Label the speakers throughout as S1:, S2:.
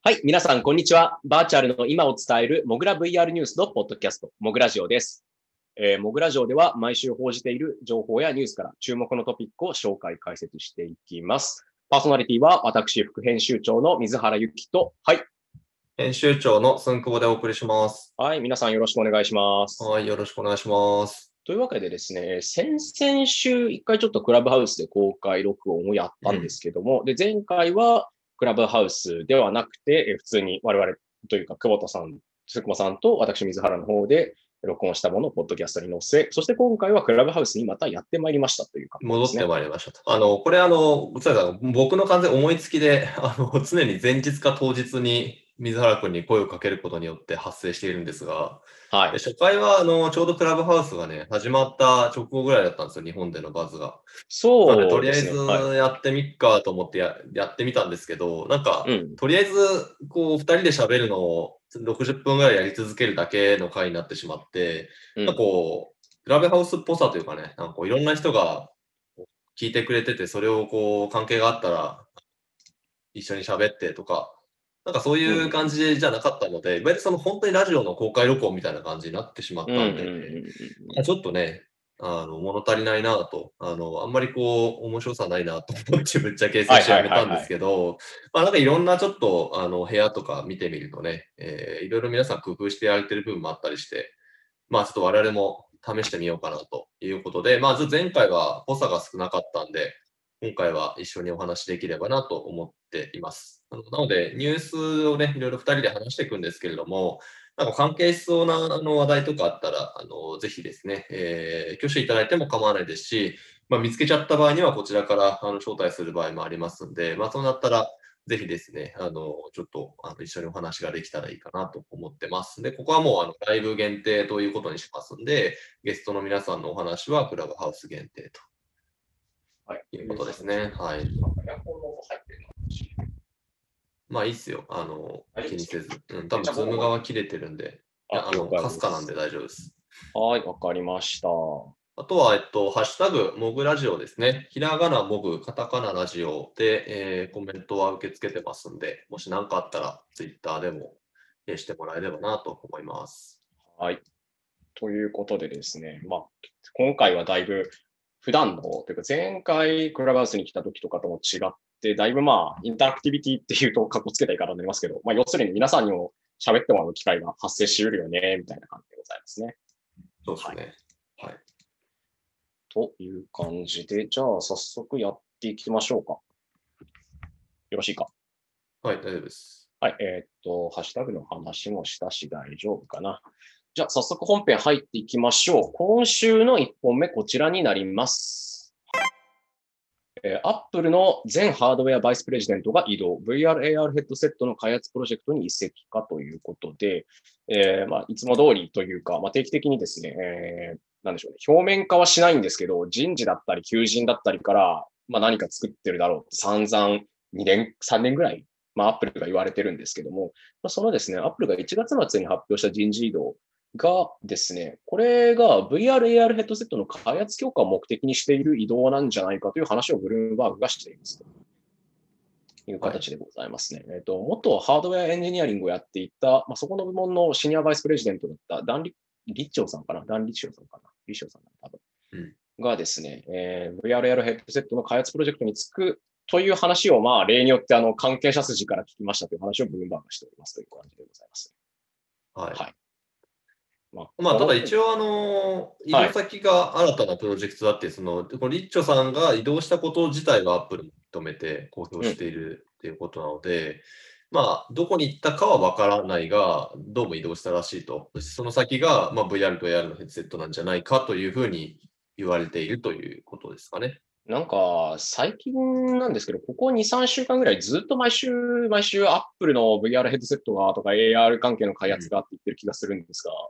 S1: はい、皆さん、こんにちは。バーチャルの今を伝えるモグラ VR ニュースのポッドキャスト、モグラジオです。モグラジオでは毎週報じている情報やニュースから注目のトピックを紹介解説していきます。パーソナリティは私、副編集長の水原由紀と、はい。
S2: 編集長の寸久保でお送りします。
S1: はい、皆さんよろしくお願いします。
S2: はい、よろしくお願いします。
S1: というわけでですね、先々週一回ちょっとクラブハウスで公開録音をやったんですけども、で、前回はクラブハウスではなくて、普通に我々というか、久保田さん、須久保さんと私、水原の方で録音したものをポッドキャストに載せ、そして今回はクラブハウスにまたやってまいりましたというか、
S2: 戻ってまいりましたと。これ僕の完全思いつきで、常に前日か当日に水原君に声をかけることによって発生しているんですが、
S1: はい。
S2: 初回はちょうどクラブハウスがね、始まった直後ぐらいだったんですよ、日本でのバズが。なので、とりあえず
S1: そうですね。はい。
S2: やってみっかと思ってやってみたんですけど、なんか、
S1: うん。
S2: とりあえず、こう、二人で喋るのを60分ぐらいやり続けるだけの回になってしまって、なんか
S1: うん。
S2: こう、クラブハウスっぽさというかね、なんかこういろんな人が聞いてくれてて、それをこう、関係があったら一緒に喋ってとか、なんかそう
S1: うん。
S2: いう感じじゃなかったので、いわゆるその本当にラジオの公開録音みたいな感じになってしま
S1: うん。うん。
S2: ったんで、ちょっとね、物足りないなと、あんまりこう、面白さないなと思ってぶっちゃけ先週やめたんですけど、なんかいろんなちょっと、部屋とか見てみるとね、いろいろ皆さん工夫してやれてる部分もあったりして、ちょっと我々も試してみようかなということで、前回は誤差が少なかったんで、今回は一緒にお話しできればなと思っています。なので、ニュースをね、いろいろ2人で話していくんですけれども、なんか関係しそうな話題とかあったら、ぜひですね、挙手いただいても構わないですし、見つけちゃった場合にはこちらから招待する場合もありますんで、そうなったら、ぜひですね、ちょっと一緒にお話ができたらいいかなと思ってます。で、ここはもうライブ限定ということにしますんで、ゲストの皆さんのお話はクラブハウス限定と
S1: はい。
S2: いうことですね。はい。
S1: エアコンの入ってる
S2: いいっすよ。
S1: の
S2: 気にせず。多分、ズーム側切れてるんで、
S1: 了解
S2: かすかなんで大丈夫です。
S1: はい、わかりました。
S2: あとは、ハッシュタグ、モグラジオですね。ひらがな、モグ、カタカナラジオで、コメントは受け付けてますんで、もし何かあったら、ツイッターでも、してもらえればなと思います。
S1: はい。ということでですね、今回はだいぶ普段の、というか前回クラブハウスに来た時とかとも違って、だいぶインタラクティビティっていうとかっこつけた言い方になりますけど、要するに皆さんにも喋ってもらう機会が発生しうるよね、みたいな感じでございますね。
S2: そうですね。はい。
S1: という感じで、じゃあ早速やっていきましょうか。よろしいか。
S2: はい、大丈夫です。
S1: はい。ハッシュタグの話もしたし大丈夫かな。じゃあ早速本編入っていきましょう。今週の1本目こちらになります。アップルの全ハードウェアバイスプレジデントが移動、VR/AR ヘッドセットの開発プロジェクトに移籍かということで、いつも通りというか、定期的にですね、なんでしょうね、表面化はしないんですけど、人事だったり求人だったりから、何か作ってるだろうって散々2年、3年ぐらい、アップルが言われてるんですけども、そのですね、アップルが1月末に発表した人事異動がですね、これが VR/AR ヘッドセットの開発強化を目的にしている移動なんじゃないかという話をブルームバーグがしていますという形でございますね。元ハードウェアエンジニアリングをやっていた、そこの部門のシニアバイスプレジデントだったダン・リッチョウさんかなダン・リッチョウさんかなリッチョウさん多分。がですね、VR/AR ヘッドセットの開発プロジェクトに就くという話を、例によって関係者筋から聞きましたという話をブルームバーグがしておりますという感じでございます。
S2: はい。
S1: はい。
S2: ただ一応移動先が新たなプロジェクトだって、このリッチョさんが移動したこと自体はアップルも認めて公表しているということなので、どこに行ったかはわからないが、どうも移動したらしいと。その先が、VR と AR のヘッドセットなんじゃないかというふうに言われているということですかね。
S1: なんか、最近なんですけど、ここ2、3週間ぐらいずっと毎週アップルの VR ヘッドセットがとか AR 関係の開発がって言ってる気がするんですが、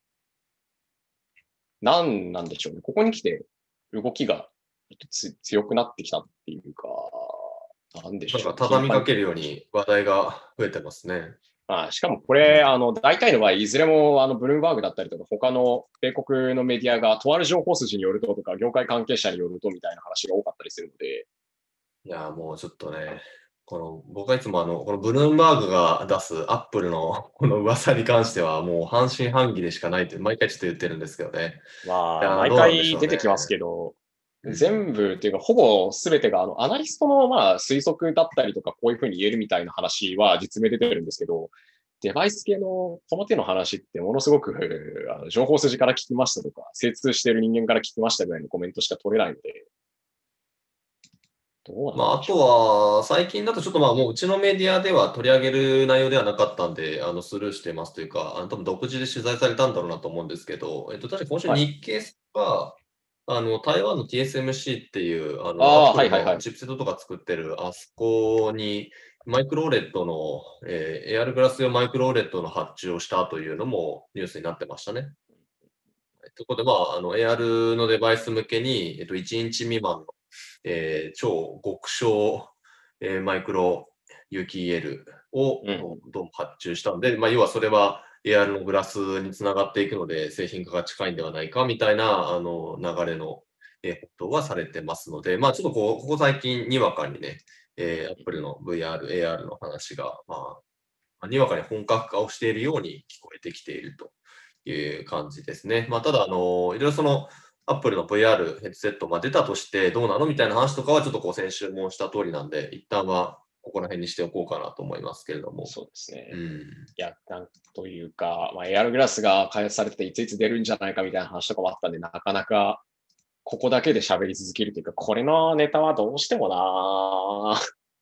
S1: なんなんでしょうね。ここに来て動きが強くなってきたっていうか、なんでしょう、
S2: なんか畳みかけるように話題が増えてますね。
S1: しかもこれ、大体の場合、いずれもブルームバーグだったりとか、他の米国のメディアがとある情報筋によるととか、業界関係者によるとみたいな話が多かったりするので。
S2: いや、もうちょっとね、 僕はいつもこのブルームバーグが出すアップルのこの噂に関してはもう半信半疑でしかないって毎回ちょっと言ってるんですけどね。いや
S1: 毎
S2: どうなんでし
S1: 回
S2: ょうね。
S1: 出てきますけど、
S2: うん、
S1: 全部っていうか、ほぼ全てが、アナリストの、推測だったりとか、こういうふうに言えるみたいな話は実名出てるんですけど、デバイス系のこの手の話ってものすごく、情報筋から聞きましたとか、精通している人間から聞きましたぐらいのコメントしか取れないので、どうなん
S2: あと
S1: でしょう。
S2: は、最近だとちょっともううちのメディアでは取り上げる内容ではなかったんで、スルーしてますというか、多分独自で取材されたんだろうなと思うんですけど、確か今週
S1: はい。
S2: 日経は、台湾の TSMC っていう、アッ
S1: ああ、
S2: プル
S1: はいはいはい。
S2: のチップセットとか作ってるあそこに、マイクロオレットの、AR グラス用マイクロオレットの発注をしたというのもニュースになってましたね。ということで、AR のデバイス向けに、1インチ未満の、超極小、マイクロ有機 EL を
S1: うん。
S2: どうも発注したので、要はそれは AR のグラスにつながっていくので、製品化が近いんではないかみたいな流れの、報道はされてますので、ちょっとここ最近にわかにね、Apple の VR、AR の話が、にわかに本格化をしているように聞こえてきているという感じですね。ただ、いろいろその、アップルの VR ヘッドセット、出たとしてどうなのみたいな話とかは、ちょっと先週もした通りなんで、一旦はここら辺にしておこうかなと思いますけれども。
S1: そうですね。
S2: うん。
S1: いや、なんというか、AR グラスが開発されてていついつ出るんじゃないかみたいな話とかもあったんで、なかなかここだけで喋り続けるというか、これのネタはどうしてもな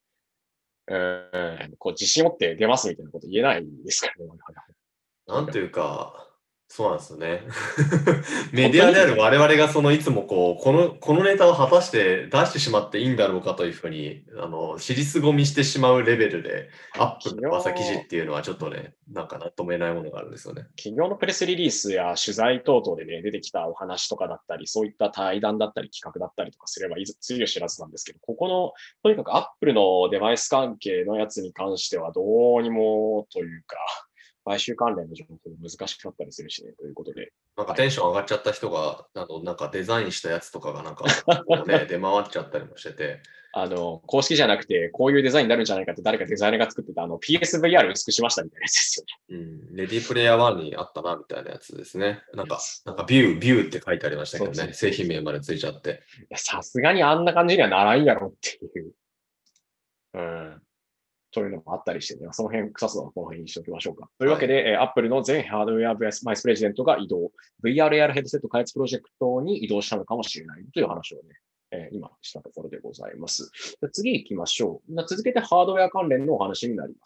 S1: こう自信持って出ますみたいなこと言えないですからね。とにかく。
S2: なんというか、そうなんですよね。メ
S1: 本当に
S2: ディアである我々がいつもこのネタを果たして出してしまっていいんだろうかというふうに、尻すぼみしてしまうレベルで、アップル
S1: 企
S2: の噂記事っ
S1: 業、
S2: ていうのはちょっとね、なんか納得めないものがあるんですよね。
S1: 企業のプレスリリースや取材等々でね、出てきたお話とかだったり、そういった対談だったり企画だったりとかすればいずつゆ知らずなんですけど、ここの、とにかくアップルのデバイス関係のやつに関してはどうにもというか、買収関連の情報難しかったりするしね、ということで。
S2: なんか
S1: はい。
S2: テンション上がっちゃった人が、なんかデザインしたやつとかがなんか、出回っちゃったりもしてて、
S1: 公式じゃなくて、こういうデザインになるんじゃないかって誰かデザイナーが作ってたPSVR 薄くしましたみたいなやつですよ
S2: うん、レディープレイヤー1にあったなみたいなやつですね。なん
S1: ね。
S2: か、ビューって書いてありましたけどね。
S1: そうそう
S2: 製
S1: そうそう。
S2: 品名までついちゃって。
S1: さすがにあんな感じにはならんやろっていう。うん。そういうのもあったりしてね、その辺、草津はこの辺にしておきましょうか。というわ
S2: はい。
S1: けで、Apple の全ハードウェアバイスプレジデントが移動、VRAR ヘッドセット開発プロジェクトに移動したのかもしれないという話をね、今したところでございます。次行きましょう。続けてハードウェア関連のお話になります。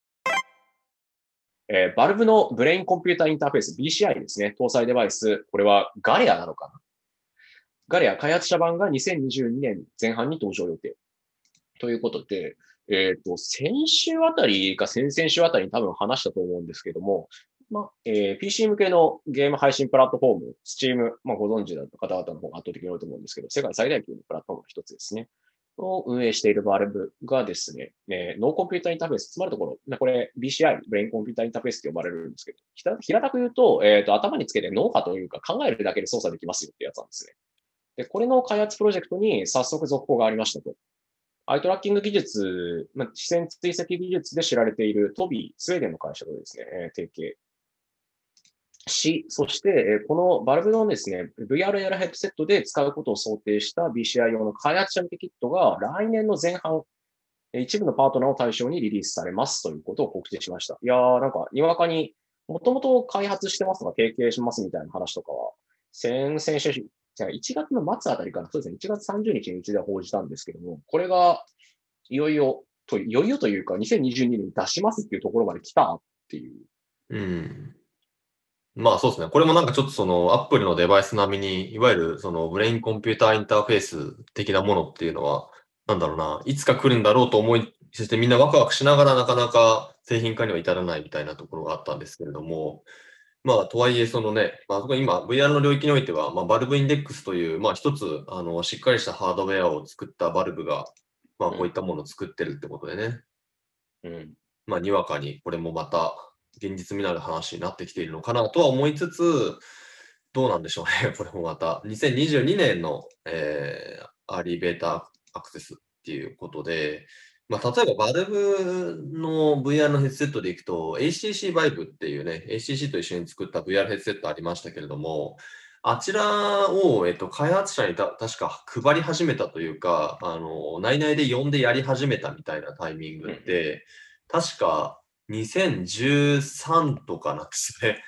S1: バルブのブレインコンピュータインターフェース BCI ですね。搭載デバイス。これはガレアなのかな。ガレア開発者版が2022年前半に登場予定。ということで、先週あたりか先々週あたりに多分話したと思うんですけども、PC 向けのゲーム配信プラットフォーム、Steam、ご存知だった方々の方が圧倒的に多いと思うんですけど、世界最大級のプラットフォームの一つですね。を運営しているバルブがですね、ノーコンピュータインターフェース、つまるところ、これ BCI、ブレインコンピュータインターフェースって呼ばれるんですけど、平たく言うと、頭につけて脳波というか考えるだけで操作できますよってやつなんですね。で、これの開発プロジェクトに早速続行がありましたと。アイトラッキング技術、視線追跡技術で知られているトビー、スウェーデンの会社とですね、提携し、そして、このバルブのですね、VRAR ヘッドセットで使うことを想定した BCI 用の開発者向けキットが来年の前半、一部のパートナーを対象にリリースされますということを告知しました。いやー、なんか、にわかに、もともと開発してますとか提携しますみたいな話とかは、先々週、1月の末あたりかな、そうですね、1月30日にうちで報じたんですけども、これが、いよいよというか、2022年に出しますっていうところまで来たっていう。
S2: うん。そうですね。これもなんかちょっとアップルのデバイス並みに、いわゆるブレインコンピューターインターフェース的なものっていうのは、なんだろうな、いつか来るんだろうと思い、そしてみんなワクワクしながらなかなか製品化には至らないみたいなところがあったんですけれども、とはいえ今 VR の領域においては、バルブインデックスという、一つ、しっかりしたハードウェアを作ったバルブが、こういったものを作ってるってことでね、
S1: うん。
S2: にわかにこれもまた現実味のある話になってきているのかなとは思いつつ、どうなんでしょうね、これもまた。2022年の、アーリーベータアクセスっていうことで、 まあ、例えば、バルブの VR のヘッドセットでいくと、HTC Vive っていうね、HTC と一緒に作った VR ヘッドセットありましたけれども、あちらを、開発者に確か配り始めたというか、内々で呼んでやり始めたみたいなタイミングって、確か2013とかなんですね。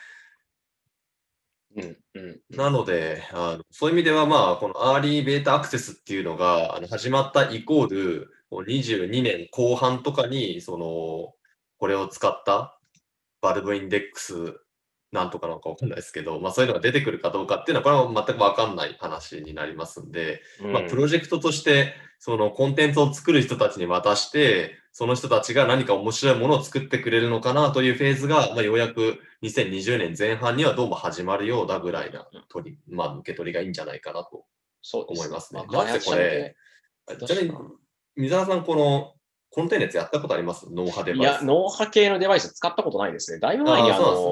S2: なので、そういう意味では、まあ、このアーリーベータアクセスっていうのが始まったイコール、22年後半とかに、これを使ったバルブインデックスなんとかなんかわかんないですけど、まあそういうのが出てくるかどうかっていうのは、これは全くわかんない話になりますんで、まあプロジェクトとして、そのコンテンツを作る人たちに渡して、その人たちが何か面白いものを作ってくれるのかなというフェーズが、まあ、ようやく2020年前半にはどうも始まるようだぐらいなまあ、受け取りがいいんじゃないかなと思いますね。
S1: 開発者向け。
S2: ちなみに、水沢さん、このコンテンツやったことあります脳波デバイス。
S1: いや、脳波系のデバイス使ったことないですね。だいぶ前に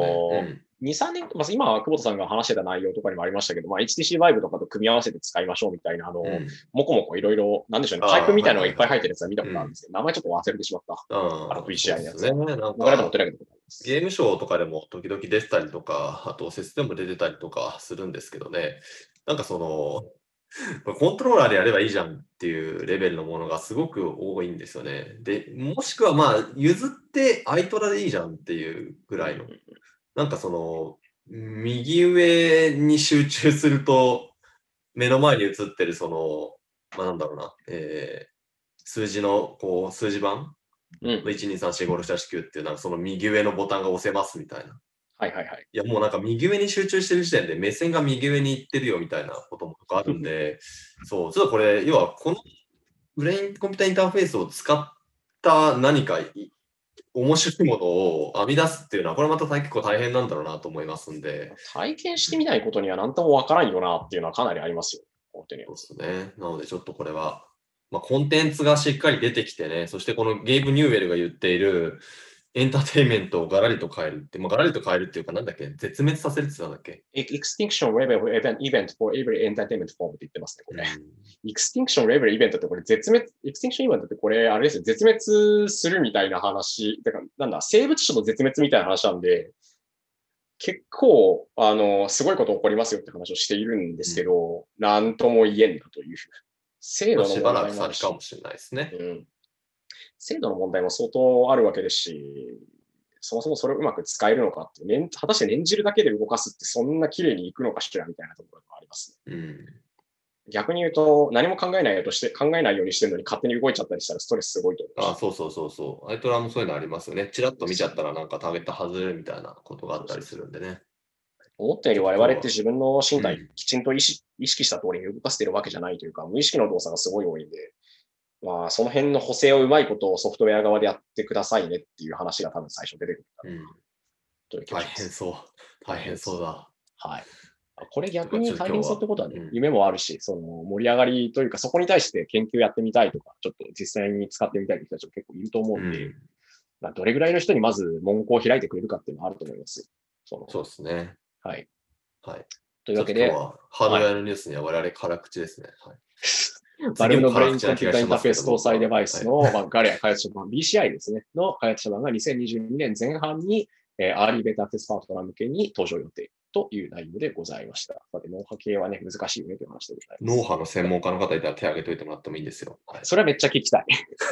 S1: 2、3年、まあ、今、久保田さんが話してた内容とかにもありましたけど、まあ、HTC Vive とかと組み合わせて使いましょうみたいな、もこもこいろいろ、なんでしょうね、パイプみたいなのがいっぱい入ってるやつは見たことあるんですけど、名前ちょっと忘れてしまった。VCI のやつ。僕らでも取り上げたことあります。
S2: ゲームショーとかでも時々出てたりとか、あと、説でも出てたりとかするんですけどね、なんかコントローラーでやればいいじゃんっていうレベルのものがすごく多いんですよね。で、もしくはまあ、譲ってアイトラでいいじゃんっていうぐらいの。なんか右上に集中すると、目の前に映ってるまあなんだろうな、数字の、数字版1、2、3、4、5、6、7、8、9っていう、なんかその右上のボタンが押せますみたいな。
S1: はいはいはい。
S2: いや、もうなんか右上に集中してる時点で目線が右上に行ってるよみたいなこともあるんで、そう、ちょっとこれ、要はこのブレインコンピュータインターフェースを使った何か面白いものを編み出すっていうのは、これまた結構大変なんだろうなと思いますんで。
S1: 体験してみないことには何ともわからんよなっていうのはかなりありますよ。本当に。
S2: そうですね。なのでちょっとこれは、まあ、コンテンツがしっかり出てきてね、そしてこのゲーム・ニューウェルが言っている、エンターテインメントをガラリと変えるって、まあ、ガラリと変えるっていうか、なんだっけ、絶滅させるって言ったんだっけ。
S1: Extinction Level Event for Every Entertainment Form って言ってますね、これ。Extinction Level Event ってこれExtinction Event ってこれ、あれですよ、絶滅するみたいな話、だからなんだ、生物種の絶滅みたいな話なんで、結構、すごいこと起こりますよって話をしているんですけど、なんとも言えんだという。制度の問題もあるし。
S2: かもしれないですね。
S1: 制度の問題も相当あるわけですし、そもそもそれをうまく使えるのかって、果たして念じるだけで動かすってそんな綺麗にいくのかしらみたいなところがありますね。逆に言うと、何も考えないようにしてるのに勝手に動いちゃったりしたらストレスすごいと思
S2: う。そう。アイトラもそういうのありますよね。チラッと見ちゃったらなんかターゲット外れるみたいなことがあったりするんでね。
S1: 思ったより我々って自分の身体きちんと意識した通りに動かせてるわけじゃないというか、無意識の動作がすごい多いんで、まあ、その辺の補正をうまいことをソフトウェア側でやってくださいねっていう話が多分最初出てくるかな。
S2: 大変そう。大変そうだ。
S1: はい。これ逆に大変そうってことはね、夢もあるし、その盛り上がりというか、そこに対して研究やってみたいとか、ちょっと実際に使ってみたいという人たちも結構いると思うんで、どれぐらいの人にまず門戸を開いてくれるかっていうのはあると思います。
S2: そうですね。
S1: はい。
S2: はい。
S1: というわけで、
S2: 今日はハードウェアのニュースには我々辛口ですね。はい。
S1: バルブのブレインコンピュータインターフェース搭載デバイスの、ガレア開発者版 BCI ですね、の開発者版が2022年前半に、アーリーベータアクセスパートナー向けに登場予定という内容でございました。さて、脳波系はね、難しいよねという話でございます。
S2: 脳波の専門家の方いたら手を挙げといてもらってもいいんですよ。
S1: はい、それはめっちゃ聞きたい。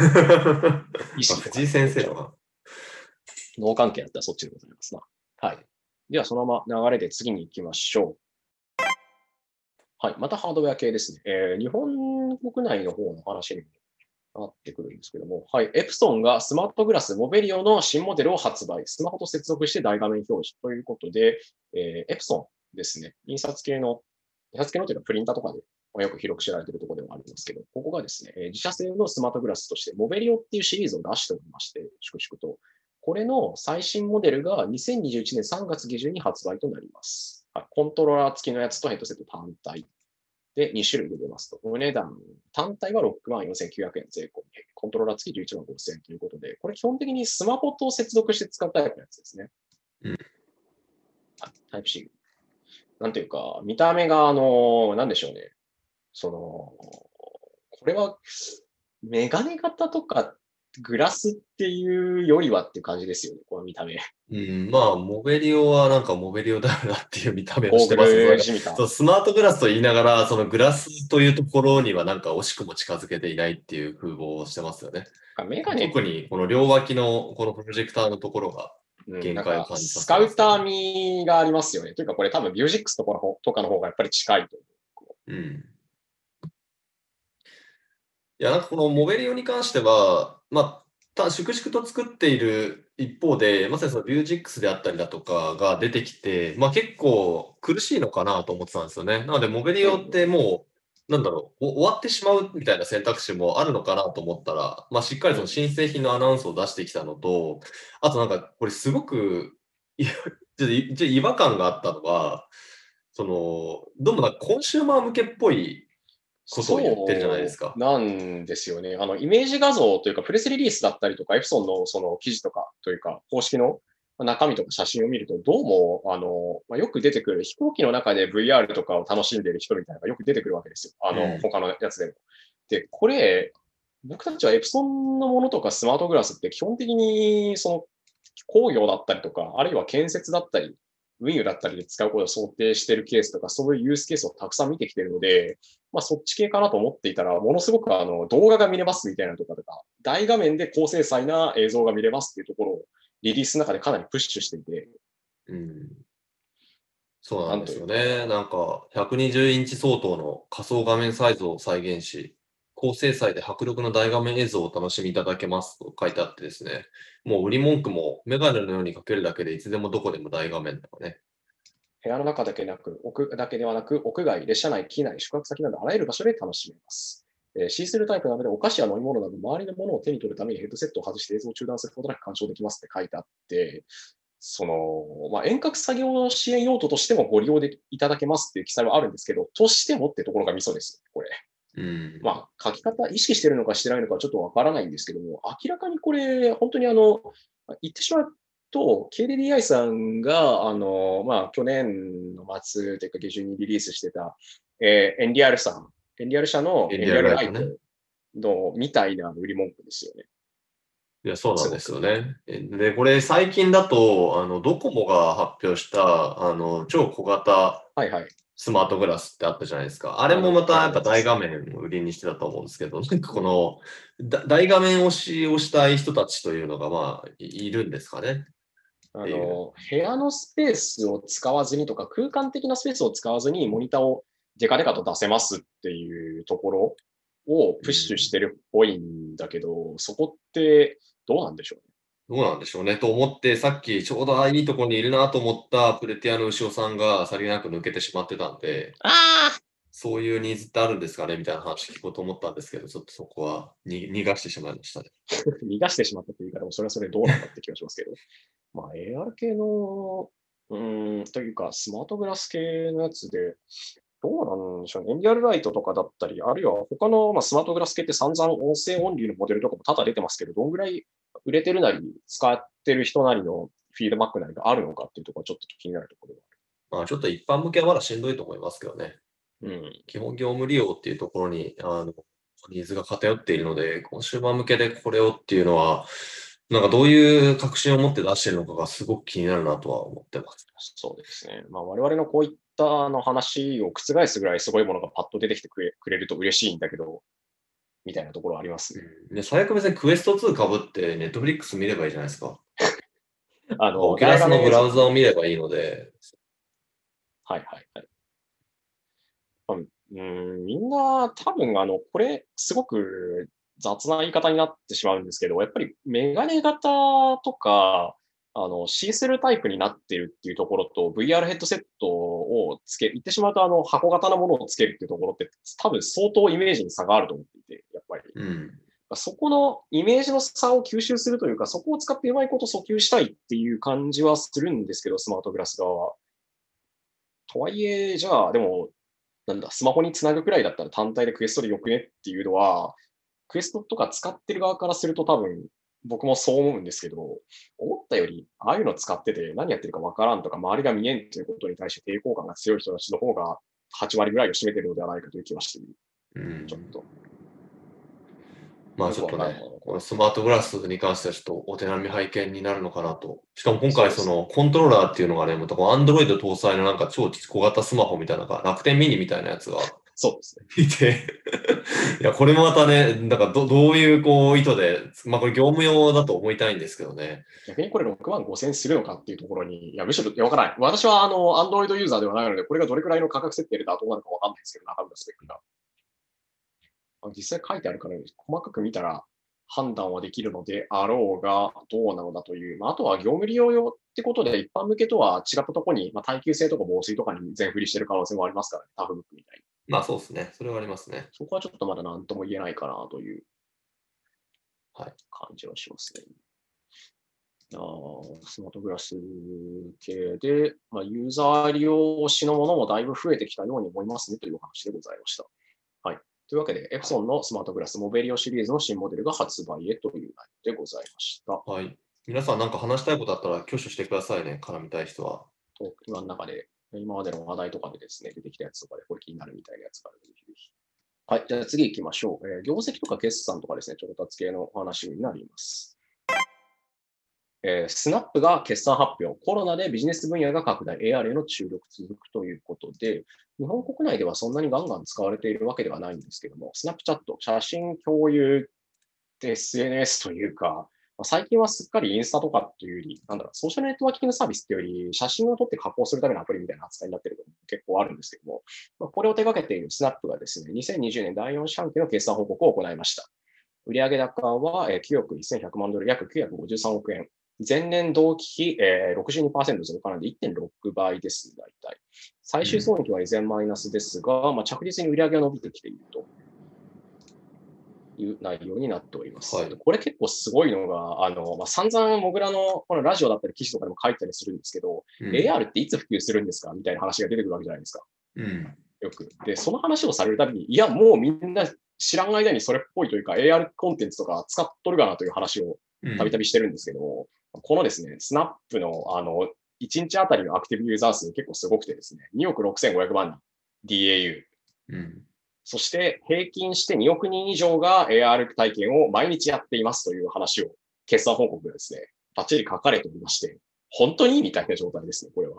S2: 藤井先生の
S1: 脳関係だったらそっちでございますな。はい。では、そのまま流れで次に行きましょう。はい。またハードウェア系ですね。日本国内の方の話になってくるんですけども、はい。エプソンがスマートグラスモベリオの新モデルを発売。スマホと接続して大画面表示ということで、エプソンですね。印刷系のというのはプリンターとかでよく広く知られているところではありますけど、ここがですね、自社製のスマートグラスとして、モベリオっていうシリーズを出しておりまして、粛々と。これの最新モデルが2021年3月下旬に発売となります。コントローラー付きのやつとヘッドセット単体で2種類で出ますと。お値段、単体は64,900円税込み、コントローラー付き115,000円ということで、これ基本的にスマホと接続して使うタイプのやつですね。タイプ C。なんていうか、見た目が、なんでしょうね。これは、メガネ型とかっグラスっていうよりはっていう感じですよね、この見た目。
S2: まあ、モベリオはなんかモベリオだよなっていう見た目を
S1: ゴーグ
S2: してますね。なんか
S1: ルじみた。
S2: そう、スマートグラスと言いながら、そのグラスというところにはなんか惜しくも近づけていないっていう風貌をしてますよね。
S1: メガネ、
S2: 特にこの両脇のこのプロジェクターのところが限界を
S1: なんか
S2: 感じさ
S1: スカウタ
S2: せてますよね。
S1: ー味がありますよね。というかこれ多分ビュージックスとかの方がやっぱり近いと
S2: うん。いや、なんかこのモベリオに関しては、まあ、粛々と作っている一方で、まさにそのビュージックスであったりだとかが出てきて、まあ結構苦しいのかなと思ってたんですよね。なので、モベリ
S1: 思う。
S2: オってもう、なんだろう、終わってしまうみたいな選択肢もあるのかなと思ったら、まあしっかりその新製品のアナウンスを出してきたのと、あとなんかこれすごく、ちょっと違和感があったのは、その、どうもなんかコンシューマー向けっぽいことを言ってるじゃないですか。
S1: そうなんですよね。イメージ画像というか、プレスリリースだったりとか、エプソンのその記事とかというか、公式の中身とか写真を見ると、どうも、よく出てくる飛行機の中で VR とかを楽しんでいる人みたいなのがよく出てくるわけですよ。他のやつでも。で、これ、僕たちはエプソンのものとかスマートグラスって基本的に、その工業だったりとか、あるいは建設だったり、運輸だったりで使うことを想定しているケースとか、そういうユースケースをたくさん見てきているので、まあそっち系かなと思っていたら、ものすごく動画が見れますみたいなとか、大画面で高精細な映像が見れますっていうところをリリースの中でかなりプッシュしていて、
S2: うん。そうなんです
S1: なんというか、
S2: よね。なんか、120インチ相当の仮想画面サイズを再現し、高精細で迫力の大画面映像をお楽しみいただけますと書いてあってですね、もう売り文句もメガネのようにかけるだけでいつでもどこでも大画面とかね。
S1: 部屋の中だけだけではなく、屋外、列車内、機内、宿泊先などあらゆる場所で楽しめます。シースルータイプなので、お菓子や飲み物など、周りのものを手に取るためにヘッドセットを外して映像を中断することなく鑑賞できますって書いてあって、遠隔作業支援用途としてもご利用でいただけますっていう記載はあるんですけど、としてもってところがミソです、これ。
S2: うん。
S1: まあ、書き方、意識してるのかしてないのかちょっとわからないんですけども、明らかにこれ、本当に言ってしまうと、KDDI さんが、去年の末というか下旬にリリースしてた、NDR さん、NDR 社の
S2: エリアル
S1: NDR ライト
S2: ライトね。
S1: のみたいな売り文句ですよね。
S2: いや、そうなんですよ
S1: すごく。
S2: ね。で、これ最近だと、ドコモが発表した、超小型
S1: はいはい。
S2: スマートグラスってあったじゃないですか。あれもまた
S1: 小
S2: やっぱ大
S1: 型のやつですね。
S2: 画面を売りにしてたと思うんですけど、なんかこ
S1: うん。
S2: の大画面を使用したい人たちというのがまあいるんですかねっていう。
S1: 部屋のスペースを使わずにとか、空間的なスペースを使わずにモニターをデカデカと出せますっていうところをプッシュしてるっぽいんだけど、そこってどうなんでしょうね。
S2: どうなんでしょうねと思って、さっきちょうどいいところにいるなと思ったプレティアの牛尾さんがさりげなく抜けてしまってたんで、
S1: ああ
S2: そういうニーズってあるんですかねみたいな話聞こうと思ったんですけど、ちょっとそこは逃がしてしまいましたね。
S1: 逃がしてしまったという言い方もそれはそれどうなんだって気がしますけど。まあ AR 系の、というかスマートグラス系のやつで、どうなんでしょうね。NDR ライトとかだったり、あるいは他の、スマートグラス系って散々音声オンリーのモデルとかも多々出てますけど、どんぐらい売れてるなり、使ってる人なりのフィードバックなりがあるのかっていうところはちょっと気になるところが
S2: まあちょっと一般向けはまだしんどいと思いますけどね。
S1: ある。
S2: 基本業務利用っていうところに、ニーズが偏っているので、コンシューマー向けでこれをっていうのは、なんかどういう確信を持って出しているのかがすごく気になるなとは思ってます。
S1: そうですね。我々のこういった話を覆すぐらいすごいものがパッと出てきてくれると嬉しいんだけど、みたいなところはありますね。
S2: で、最悪別にクエスト2被ってネットフリックス見ればいいじゃないですか。オキュラス
S1: 大画
S2: のブラウザ
S1: 面映像ね。
S2: を見ればいいので、
S1: はいはいはい。みんな多分これすごく雑な言い方になってしまうんですけど、やっぱりメガネ型とか、シースルータイプになってるっていうところと VR ヘッドセットを言ってしまうと箱型のものをつけるっていうところって多分相当イメージに差があると思っていて、やっぱり。
S2: うん。
S1: そこのイメージの差を吸収するというか、そこを使ってうまいこと訴求したいっていう感じはするんですけど、スマートグラス側は。とはいえ、じゃあ、でも、スマホにつなぐくらいだったら単体でクエストでよくねっていうのは、クエストとか使ってる側からすると多分、僕もそう思うんですけど、思ったより、ああいうの使ってて何やってるかわからんとか、周りが見えんということに対して抵抗感が強い人たちの方が8割ぐらいを占めてるのではないかという気はしている。
S2: うん。
S1: ちょっと。
S2: まあちょっとね、このスマートグラスに関してはちょっとお手並み拝見になるのかなと。しかも今回そのコントローラーっていうのがね、またこの Android 搭載のなんか超小型スマホみたいな、楽天ミニみたいなやつが
S1: そうですね。
S2: いて、いや、これもまたね、なんかどういうこう意図で、まあこれ業務用だと思いたいんですけどね。
S1: 逆にこれ6万5千するのかっていうところに、いや、むしろ、いや、わからない。私はAndroid ユーザーではないので、これがどれくらいの価格設定で妥当なのかわかんないですけど、中身のスペックが。実際書いてあるから、細かく見たら判断はできるのであろうが、どうなのだという。あとは業務利用用ってことで、一般向けとは違ったところに、耐久性とか防水とかに全振りしてる可能性もありますからね、タフブックみたいに。
S2: まあそうですね。それはありますね。
S1: そこはちょっとまだ何とも言えないかなという
S2: 感
S1: じはしますね。スマートグラス系で、ユーザー利用推しのものもだいぶ増えてきたように思いますねというお話でございました。はい。というわけで、エプソンのスマートグラスモベリオシリーズの新モデルが発売へという内容でございました。
S2: はい。皆さんなんか話したいことあったら挙手してくださいね。絡みたい人は。
S1: 今の中で、今までの話題とかでですね、出てきたやつとかでこれ気になるみたいなやつがあるので、ぜひぜひ。はい。じゃあ次行きましょう。業績とか決算とかですね、調達系のお話になります。スナップが決算発表、コロナでビジネス分野が拡大、AR への注力続くということで、日本国内ではそんなにガンガン使われているわけではないんですけども、スナップチャット、写真共有って SNS というか、最近はすっかりインスタとかっていうより、ソーシャルネットワーキングサービスっていうより、写真を撮って加工するためのアプリみたいな扱いになっているのも結構あるんですけども、これを手掛けているスナップがですね、2020年第4四半期の決算報告を行いました。売上高は9億1100万ドル、約953億円。前年同期比62%増加なんで 1.6 倍です、大体。最終損益は依然マイナスですが、着実に売上が伸びてきているという内容になっております。これ結構すごいのが、散々モグラのこのラジオだったり記事とかでも書いたりするんですけど、AR っていつ普及するんですかみたいな話が出てくるわけじゃないですか。よく。で、その話をされるたびに、いや、もうみんな知らん間にそれっぽいというか、AR コンテンツとか使っとるかなという話をたびたびしてるんですけども、このですね、スナップの1日あたりのアクティブユーザー数結構すごくてですね、2億6500万人 DAU。そして平均して2億人以上が AR 体験を毎日やっていますという話を決算報告でですね、バッチリ書かれておりまして、本当にみたいな状態ですね、これは。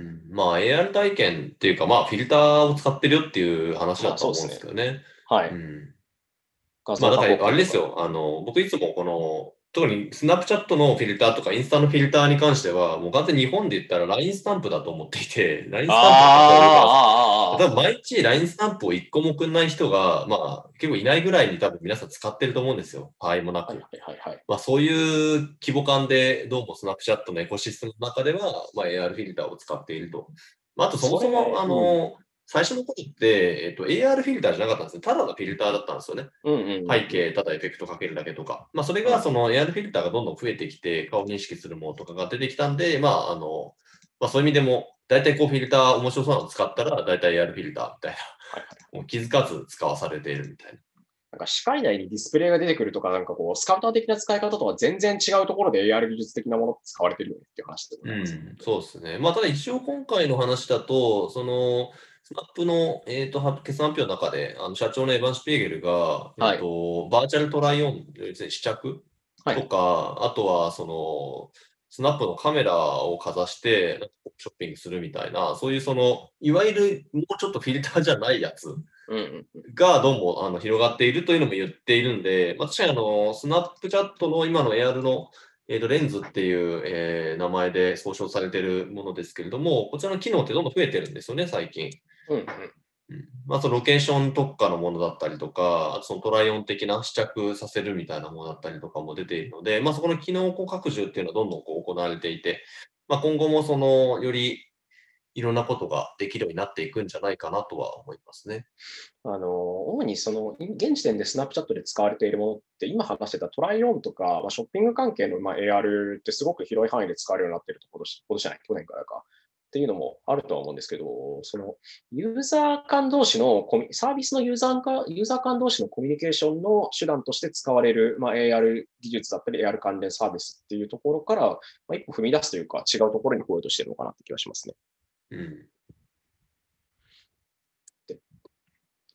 S2: AR 体験っていうか、フィルターを使ってるよっていう話だと思うんですけどね。
S1: はい。
S2: だからあれですよ、僕いつもこの、特にスナップチャットのフィルターとかインスタのフィルターに関しては、もう完全に日本で言ったら LINE スタンプだと思っていて、LINE スタンプを多分毎日 LINE スタンプを1個も送んない人が、結構いないぐらいに多分皆さん使ってると思うんですよ。場合もなく。そういう規模感で、どうもスナップチャットのエコシステムの中では、AR フィルターを使っていると。あとそもそも、最初の頃って、AR フィルターじゃなかったんですね。ただのフィルターだったんですよね。背景、ただエフェクトかけるだけとか。それがその AR フィルターがどんどん増えてきて、顔認識するものとかが出てきたんで、そういう意味でも、大体こうフィルター面白そうなの使ったら、大体 AR フィルターみたいな。もう気づかず使わされているみたいな。
S1: 視界内にディスプレイが出てくるとか、スカウター的な使い方とは全然違うところで AR 技術的なものって使われてるよねっていう話でございます。
S2: そうですね。ただ一応今回の話だと、その、スナップの、決算発表の中で、社長のエヴァン・シュピーゲルが、バーチャルトライオン、試着とか、あとは、その、スナップのカメラをかざして、ショッピングするみたいな、そういうその、いわゆるもうちょっとフィルターじゃないやつがどうも広がっているというのも言っているんで、確かにスナップチャットの今の AR のレンズっていう、名前で総称されているものですけれども、こちらの機能ってどんどん増えてるんですよね、最近。そのロケーション特化のものだったりとか、あとそのトライオン的な試着させるみたいなものだったりとかも出ているので、そこの機能拡充っていうのはどんどん行われていて、今後もそのよりいろんなことができるようになっていくんじゃないかなとは思いますね。
S1: 主にその、現時点でスナップチャットで使われているものって、今話してたトライオンとか、ショッピング関係のAR ってすごく広い範囲で使われるようになっているところじゃない、去年からか。っていうのもあるとは思うんですけど、そのユーザー間同士のサービスのユーザー間同士のコミュニケーションの手段として使われる、AR 技術だったり AR 関連サービスっていうところから、一歩踏み出すというか違うところに来ようとしてるのかなって気がしますね。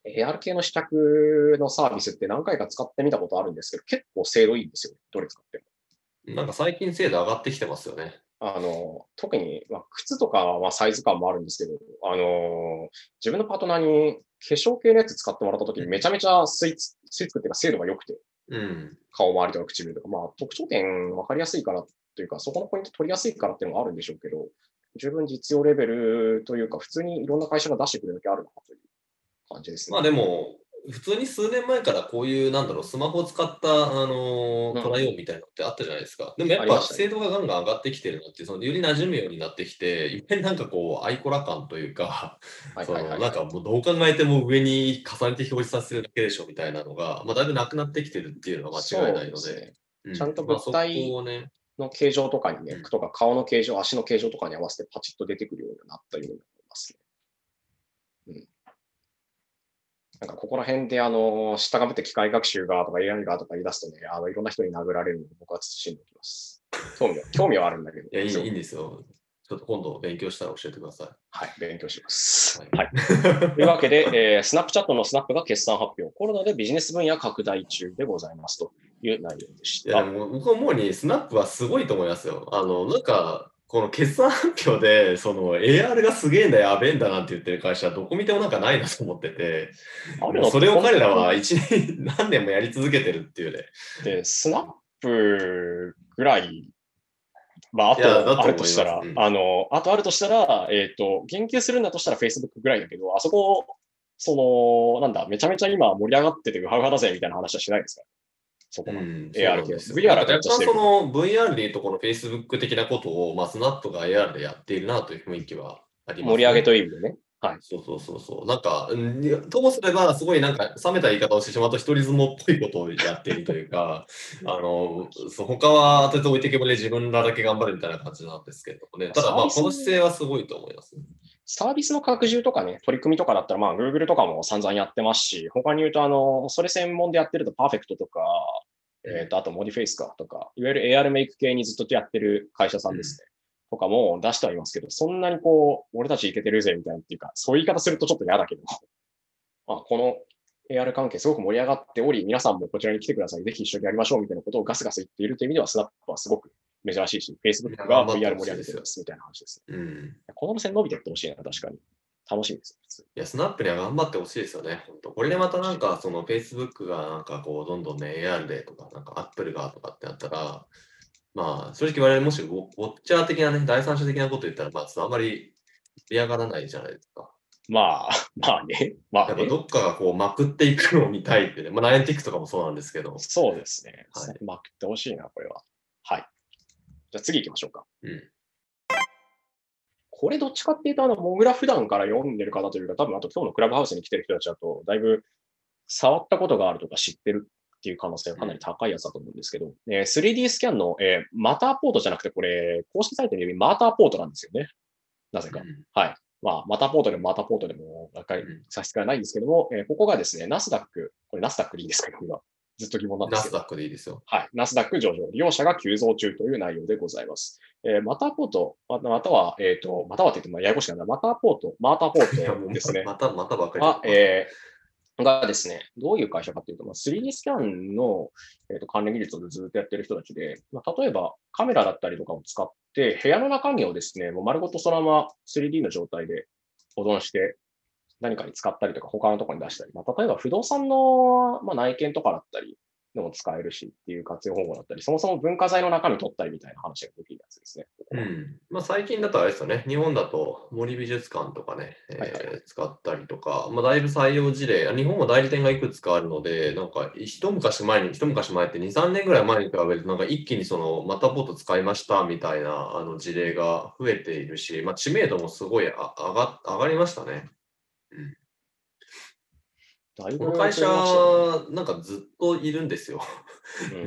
S1: AR 系の試着のサービスって何回か使ってみたことあるんですけど、結構精度いいんですよ。どれ使っても。
S2: なんか最近精度上がってきてますよね。
S1: 特に、靴とかはサイズ感もあるんですけど、自分のパートナーに化粧系のやつ使ってもらった時にめちゃめちゃ吸い付くっていうか精度が良くて、
S2: うん。
S1: 顔周りとか唇とか、特徴点分かりやすいからというか、そこのポイント取りやすいからっていうのがあるんでしょうけど、十分実用レベルというか、普通にいろんな会社が出してくれるだけあるなという感じですね。
S2: まあでも、普通に数年前からこういう、なんだろう、スマホを使った、トライオンみたいなのってあったじゃないですか。でもやっぱ
S1: ありましたね。
S2: 精度がガンガン上がってきてるなっていう、そのより馴染むようになってきて、いっぺんなんかこう、アイコラ感というか、
S1: はい
S2: その、
S1: はいはいはい。
S2: なんかもうどう考えても上に重ねて表示させるだけでしょみたいなのが、まあだいぶなくなってきてるっていうのは間違い
S1: そう
S2: ないので、
S1: ですね。
S2: うん。
S1: ちゃんと物
S2: まあそこ
S1: 体
S2: をね、
S1: の形状とかにね、
S2: うん。
S1: とか顔の形状、足の形状とかに合わせてパチッと出てくるようになったように思いますね。うん。なんかここら辺で下がぶって機械学習がとか AI がとか言い出すとね、いろんな人に殴られるので僕は慎んでおきます。興味はあるんだけど、
S2: いや、いい
S1: すごく。
S2: んですよ。ちょっと今度勉強したら教えてくださ
S1: はい、勉強しま
S2: い。
S1: す。
S2: はい。
S1: はい。というわけで、スナップチャットのスナップが決算発表。コロナでビジネス分野拡大中でございますという内容でし
S2: いや、で
S1: た。
S2: も、僕は思うに、スナップはすごいと思いますよ。なんか、この決算発表で、その AR がすげえんだ、やべえんだなんて言ってる会社はどこ見てもなんかないなと思ってて、
S1: ある
S2: もうそれを
S1: のって本
S2: 彼らは
S1: 当
S2: 一年、何年もやり続けてるっていうね。
S1: で、スナップぐらいあ
S2: いや、だ
S1: とあ
S2: と思います。
S1: るとしたら、
S2: うん。
S1: あとあるとしたら、言及するんだとしたら Facebook ぐらいだけど、あそこ、なんだ、めちゃめちゃ今盛り上がっててウハウハだぜみたいな話はしないですか？そこまで。
S2: うん、そう
S1: AR 系は。
S2: なんですよ。
S1: VR
S2: なんか
S1: はめっ
S2: 若干
S1: ちゃしてるけど。
S2: その VR でいうとこの Facebook 的なことを、まあ、スナップが AR でやっているなという雰囲気はありますね。
S1: 盛り上げという意味でね。はい。
S2: そうそうそうそう。なんか、ともすれば、すごいなんか、冷めた言い方をしてしまうと、一人相撲っぽいことをやっているというか、他は当てておいてけぼりで自分らだけ頑張るみたいな感じなんですけれどもね。ただ、まあ、
S1: サービス、
S2: この姿勢はすごいと思います。
S1: サービスの拡充とかね、取り組みとかだったら、Google とかも散々やってますし、他に言うと、それ専門でやってると、パーフェクトとか、あと、モディフェイスかとか、いわゆる AR メイク系にずっとやってる会社さんですね。とかも出してはいますけど、そんなに俺たちいけてるぜみたいなっていうか、そういう言い方するとちょっと嫌だけど、この AR 関係すごく盛り上がっており、皆さんもこちらに来てください。ぜひ一緒にやりましょうみたいなことをガスガス言っているという意味では、スナップはすごく珍しいし、
S2: いや、
S1: Facebook が
S2: 頑張って
S1: VR
S2: ほしいですよ。
S1: 盛り上げてますみたいな話ですね。
S2: うん。
S1: この路線伸びてってほしいな、確かに。楽しみです、普通に。
S2: いや、スナップには頑張ってほしいですよね、本当。これでまたなんか、その Facebook がなんかこう、どんどんね、AR でとか、なんか Apple がとかってなったら、まあ、正直我々もしウォッチャー的なね、第三者的なこと言ったら、まあ、ちょっとあんまり盛り上がらないじゃないですか。
S1: まあね。まあね。
S2: やっぱどっかがこうまくっていくのを見たいってね、まあ、ナインティックとかもそうなんですけど、
S1: そうですね。
S2: はい。
S1: まくってほしいな、これは。はい。じゃあ次行きましょうか。
S2: うん。
S1: これどっちかっていうと、モグラ普段から読んでる方というか、多分あと今日のクラブハウスに来てる人たちだと、だいぶ触ったことがあるとか知ってるっていう可能性がかなり高いやつだと思うんですけど、3D スキャンの、マターポートじゃなくて、これ、公式サイトで言うマーターポートなんですよね。なぜか。
S2: うん。
S1: はい。マターポートでもマーターポートでも、差し支えないんですけども、ここがですね、ナスダック、これナスダックでいいですかね、今。ずっと疑問なんですけど。
S2: ナスダックでいいですよ。
S1: はい。ナスダック上場、利用者が急増中という内容でございます。マターポート、または、またはって言ってもややこしいな、マターポート、マーターポー
S2: いや、もう
S1: トですね。
S2: またばっかり
S1: は、
S2: で。
S1: がですね、どういう会社かというと、3D スキャンの、関連技術をずっとやってる人たちで、例えばカメラだったりとかを使って、部屋の中身をですね、もう丸ごとそのまま 3D の状態で保存して何かに使ったりとか、他のところに出したり、例えば不動産の、内見とかだったりでも使えるしっていう活用方法だったり、そもそも文化財の中身取ったりみたいな話ができるやつですね。
S2: うん。まあ、最近だとあれですよね、日本だと森美術館とかね、
S1: はいはいはい。
S2: 使ったりとか、まあ、だいぶ採用事例、日本も代理店がいくつかあるので、なんか一昔前って2、3年ぐらい前に比べると、なんか一気にそのマタポート使いましたみたいな事例が増えているし、まあ、知名度もすごい上がりましたね。うん、
S1: だいぶ
S2: この会社、
S1: 増えましたよね。
S2: なんかずっといるんですよ。
S1: うん。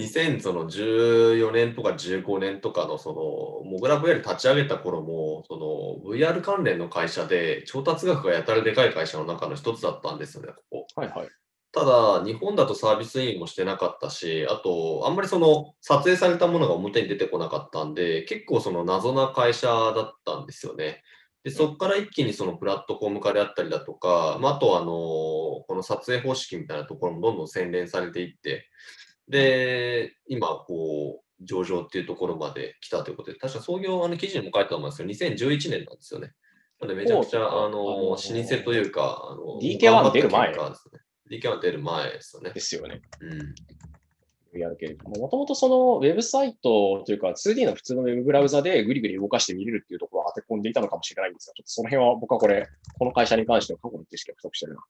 S2: 2014年とか15年とかのその、モグラ VR 立ち上げた頃も、その VR 関連の会社で調達額がやたらでかい会社の中の一つだったんですよね、ここ。
S1: はいはい。
S2: ただ、日本だとサービスインもしてなかったし、あと、あんまりその撮影されたものが表に出てこなかったんで、結構その謎な会社だったんですよね。で、 で、そこから一気にそのプラットフォーム化であったりだとか、まあ、あとはこの撮影方式みたいなところもどんどん洗練されていって、で、今、こう、上場っていうところまで来たということで、確か創業、記事にも書いてありますけど、2011年なんですよね。なので、めちゃくちゃ、老舗というか、頑張
S1: DK1
S2: った結
S1: 出る前
S2: 果ですね。DK1 出る前ですよね。
S1: ですよね。
S2: うん。
S1: やるけれども、もともとそのウェブサイトというか 2D の普通のウェブブラウザでグリグリ動かして見れるっていうところを当て込んでいたのかもしれないんですが、ちょっとその辺は僕はこの会社に関しては過去の知識が不足してるな。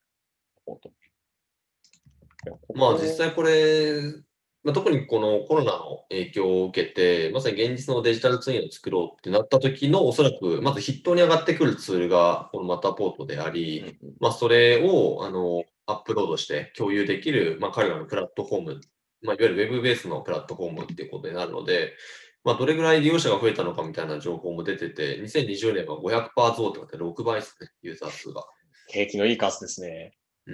S2: まあ実際これ、まあ、特にこのコロナの影響を受けて、まさに現実のデジタルツインを作ろうってなった時のおそらくまず筆頭に上がってくるツールがこのマタポートであり、まあそれをアップロードして共有できる、まあ彼らのプラットフォーム、まあいわゆるウェブベースのプラットフォームっていうことになるので、まあどれぐらい利用者が増えたのかみたいな情報も出てて、2020年は500%増って6倍ですね、ユーザー数が。
S1: 景気のいい数ですね。
S2: うん。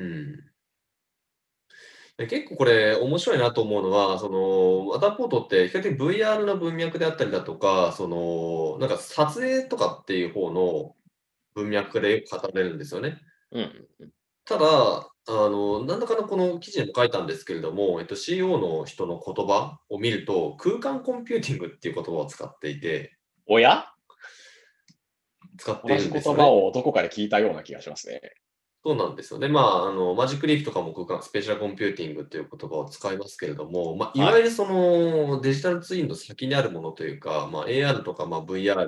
S2: 結構これ面白いなと思うのは、その、ワターポートって比較的 VR の文脈であったりだとか、その、なんか撮影とかっていう方の文脈でよく語られるんですよね。ただ、なんだかのこの記事にも書いたんですけれども、CEO の人の言葉を見ると、空間コンピューティングっていう言葉を使っていて、
S1: おや
S2: 使って
S1: 同じ言
S2: いるんですよね。
S1: 葉をどこかで聞いたような気がしますね。
S2: そうなんですよね。まあ、マジックリーフとかも空間、スペシャルコンピューティングっていう言葉を使いますけれども、まあ、いわゆるそのデジタルツインの先にあるものというか、まあ、AR とかまあ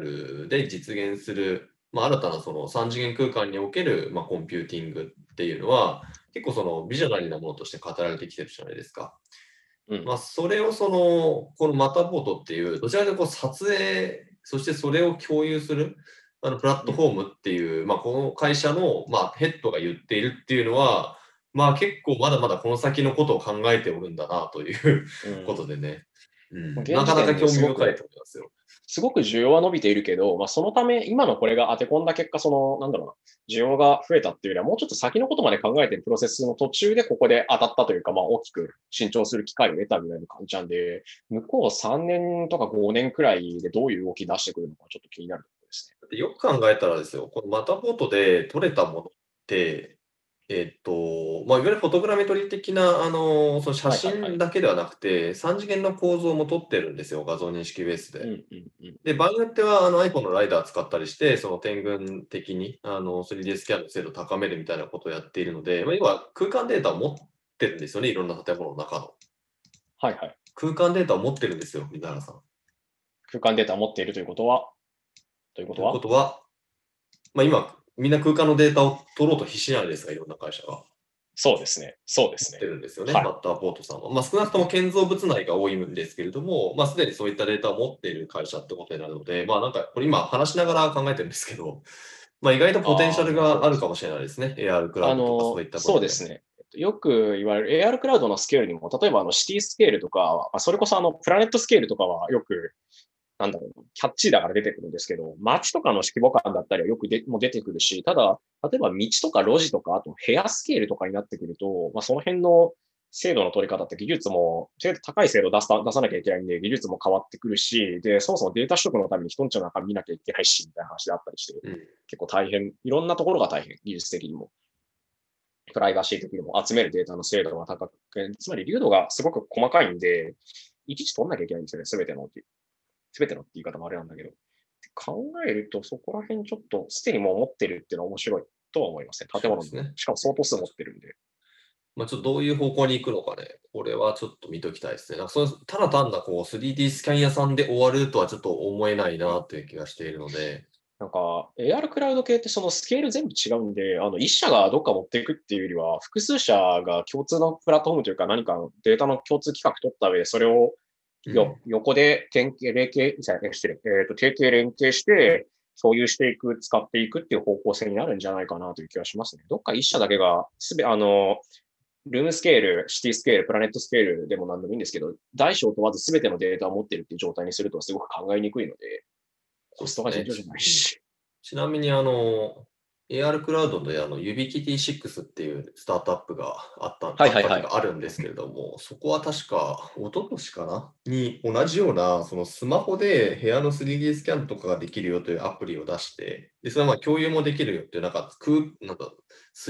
S2: VR で実現する、まあ、新たなその3次元空間におけるまあコンピューティングっていうのは、結構そのビジョナリーなものとして語られてきてるじゃないですか。まあ、それをその、このマタポートっていう、どちらかというとこう撮影、そしてそれを共有する、プラットフォームっていう、まあ、この会社の、まあ、ヘッドが言っているっていうのは、まあ、結構まだまだこの先のことを考えておるんだなということでね、なかなか興味深いと思いますよ。
S1: すごく需要は伸びているけど、まあ、そのため、今のこれが当て込んだ結果、その、なんだろうな、需要が増えたっていうよりは、もうちょっと先のことまで考えているプロセスの途中でここで当たったというか、まあ、大きく伸長する機会を得たぐらいの感じなんで、向こう3年とか5年くらいでどういう動き出してくるのか、ちょっと気になるところです
S2: ね。よく考えたらですよ、このマタポートで取れたものって、まあ、いわゆるフォトグラメトリ的な、その写真だけではなくて、3次元の構造も撮ってるんですよ、画像認識ベースで。で、場合によっては、iPhone のライダー使ったりして、その点群的に、3D スキャンの精度を高めるみたいなことをやっているので、まあ、要は空間データを持ってるんですよね、いろんな建物の中の。空間データを持ってるんですよ、水原さん。
S1: 空間データを持っているということは
S2: ということは、まあ、今、みんな空間のデータを取ろうと必死なんですが、いろんな会社が。
S1: そうですね。そうですね。
S2: 持ってるんですよね、バッターポートさんは。まあ、少なくとも建造物内が多いんですけれども、まあ、すでにそういったデータを持っている会社ってことになるので、まあ、なんか、これ今話しながら考えてるんですけど、まあ、意外とポテンシャルがあるかもしれないですね。AR クラウドとかそういった
S1: そうですね。よく言われる AR クラウドのスケールにも、例えばシティスケールとか、それこそプラネットスケールとかはよくなんだろう、キャッチーだから出てくるんですけど、街とかの規模感だったりはよくも出てくるし、ただ、例えば道とか路地とか、あと部屋スケールとかになってくると、まあ、その辺の精度の取り方って技術も、高い精度を出さなきゃいけないんで、技術も変わってくるし、で、そもそもデータ取得のために人んちの中見なきゃいけないし、みたいな話であったりして、結構大変、いろんなところが大変、技術的にも。プライバシー的にも集めるデータの精度が高く、つまり流度がすごく細かいんで、いちいち取んなきゃいけないんですよね、すべてのって言い方もあれなんだけど。考えると、そこら辺ちょっと、すでにもう持ってるっていうのは面白いとは思いますね。建物に、ね。しかも相当数持ってるんで。
S2: まあ、ちょっとどういう方向に行くのかね、これはちょっと見ときたいですね。なんかただ単なこう 3D スキャン屋さんで終わるとはちょっと思えないなという気がしているので。
S1: なんか、AR クラウド系ってそのスケール全部違うんで、一社がどっか持っていくっていうよりは、複数社が共通のプラットフォームというか何かのデータの共通規格取った上で、それを横で連携して共有していく、使っていくっていう方向性になるんじゃないかなという気がしますね。どっか一社だけが、ルームスケール、シティスケール、プラネットスケールでも何でもいいんですけど、大小問わず全てのデータを持っているっていう状態にするとすごく考えにくいので、コストが尋常じゃないし。
S2: ちなみに AR クラウドでYubiKitty6っていうスタートアップがあった
S1: はいはいはい。
S2: というかあるんですけれども、そこは確か一昨年かなに同じようなそのスマホで部屋の 3D スキャンとかができるよというアプリを出して、で、それはまあ共有もできるよっていうなんか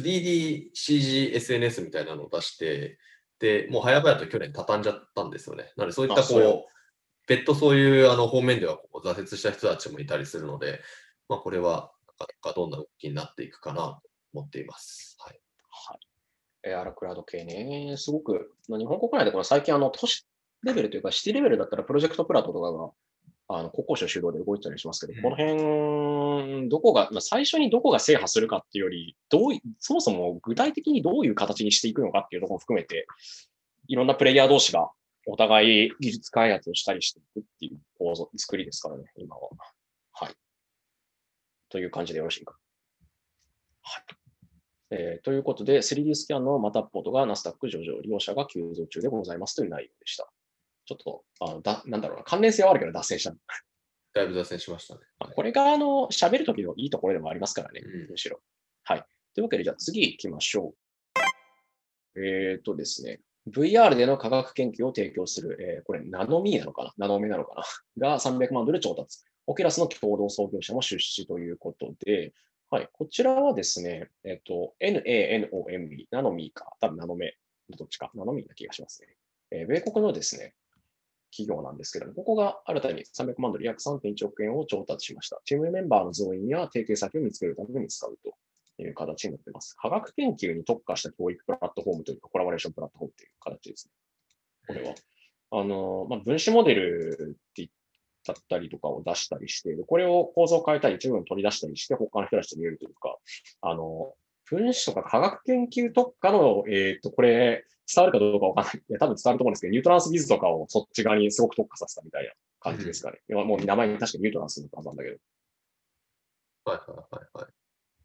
S2: 3DCGSNS みたいなのを出して、で、もう早々と去年畳んじゃったんですよね。なのでそういった
S1: それを。
S2: 別途そういう方面では挫折した人たちもいたりするので、まあこれはなかなかどんな動きになっていくかなと思っています。はい。
S1: はい。AR クラウド系ね、すごく、日本国内でこの最近都市レベルというかシティレベルだったらプロジェクトプラットとかが国交省主導で動いてたりしますけど、この辺、どこが、最初にどこが制覇するかっていうより、そもそも具体的にどういう形にしていくのかっていうところも含めて、いろんなプレイヤー同士がお互い技術開発をしたりしていくっていう構造、作りですからね、今は。はい。という感じでよろしいか。はい。ということで、3D スキャンのマタッポートがナスダック上場、利用者が急増中でございますという内容でした。ちょっと、なんだろうな、関連性はあるけど脱線した。
S2: だいぶ脱線しましたね。
S1: これが、喋るときのいいところでもありますからね、むしろ。はい。というわけで、じゃあ次行きましょう。ですね、VR での科学研究を提供する、これ、ナノミーなのかなナノメなのかなが300万ドル調達。オキュラスの共同創業者も出資ということで、はい、こちらはですね、NANOME、ナノミーか、多分ナノメ、どっちか、ナノミーな気がしますね。米国のですね、企業なんですけども、ここが新たに300万ドル約3.1億円を調達しました。チームメンバーの増員や提携先を見つけるために使うという形になっています。科学研究に特化した教育プラットフォームというか、コラボレーションプラットフォームという形ですね。これは。分子モデルってだったりとかを出したりして、これを構造を変えたり、一部に取り出したりして、他の人たちと見えるというか、分子とか科学研究特化の、これ、伝わるかどうかわかんない。いや、多分伝わると思うんですけど、ニュートランスビズとかをそっち側にすごく特化させたみたいな感じですかね。もう名前に確かにニュートランスのはずなんだけど。
S2: はいはいはいはい。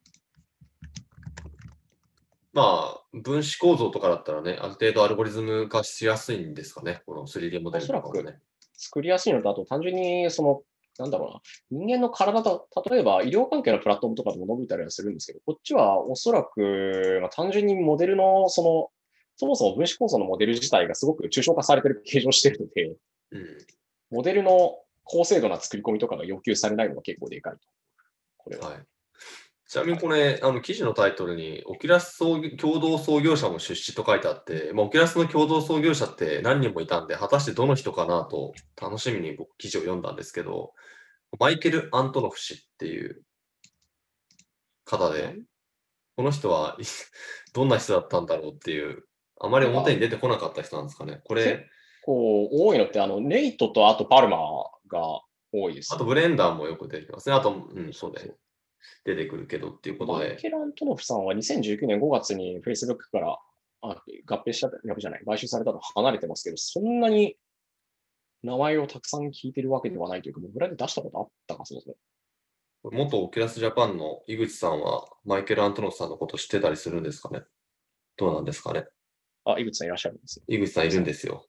S2: まあ、分子構造とかだったらね、ある程度アルゴリズム化しやすいんですかね、この 3D モデ
S1: お
S2: ル
S1: そらく
S2: とかもね。
S1: 作りやすいのと、あと単純になんだろうな、人間の体と、例えば医療関係のプラットフォームとかでも伸びたりはするんですけど、こっちはおそらく、単純にモデルの、そもそも分子構造のモデル自体がすごく抽象化されてる形状してるので、
S2: うん。
S1: モデルの高精度な作り込みとかが要求されないのが結構でかいと。これは。
S2: はい。ちなみに
S1: はい。
S2: これ、記事のタイトルに、オキュラス共同創業者も出資と書いてあって、まあ、オキュラスの共同創業者って何人もいたんで、果たしてどの人かなと楽しみに僕記事を読んだんですけど、マイケル・アントノフ氏っていう方で、この人はどんな人だったんだろうっていう、あまり
S1: なんか、
S2: 表に出てこなかった人なんですかね。こ
S1: 結
S2: れ、
S1: 構多いのって、ネイトとあとパルマが多いですね。
S2: あとブレンダーもよく出てきますね。あと、うん、そうね。
S1: そうそう。
S2: 出てくるけどっていうことで、
S1: マイケル・アントノフさんは2019年5月に Facebook から合併した、合併じゃない、買収されたと離れてますけど、そんなに名前をたくさん聞いてるわけではないというか、もう裏で出したことあったか、そうですね。
S2: 元オキュラスジャパンの井口さんは、マイケル・アントノフさんのこと知ってたりするんですかね。どうなんですかね。
S1: 井口さんいらっしゃるんですよ。
S2: 井口さんいるんですよ。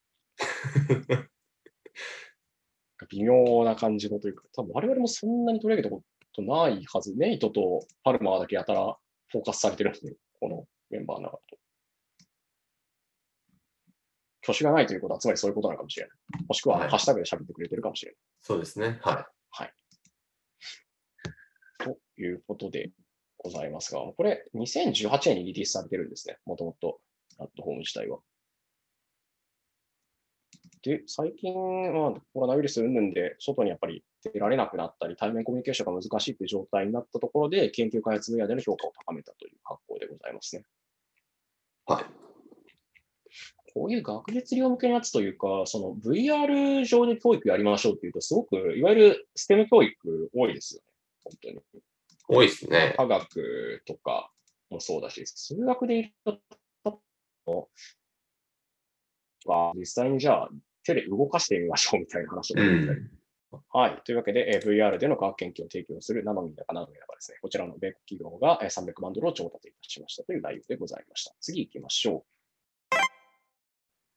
S1: 微妙な感じのというか、多分我々もそんなに取り上げたことないはず。ネイトとパルマーだけやたらフォーカスされてるんで、このメンバーの中だと。挙手がないということは、つまりそういうことなのかもしれない。もしくは、
S2: はい。
S1: ハッシュタグで喋ってくれてるかもしれない。
S2: そうですね。は
S1: はい。ということでございますが、これ、2018年にリリースされてるんですね。もともと、プラットフォーム自体は。で、最近はコロナウイルス云々で外にやっぱり出られなくなったり、対面コミュニケーションが難しいという状態になったところで、研究開発分野での評価を高めたという格好でございますね。
S2: い。はい。
S1: こういう学術量向けのやつというか、その VR 上で教育やりましょうっていうと、すごく、いわゆる STEM 教育多いですよね。本当に。
S2: 多いですね。
S1: 科学とかもそうだし、数学で言うと、実際にじゃあ手で動かしてみましょうみたいな話
S2: う
S1: も出てきたり。
S2: ん。
S1: はい。というわけで、VR での科学研究を提供するナノミーだかナノミーだかですね、こちらの米国企業が300万ドルを調達いたしましたという内容でございました。次行きましょう。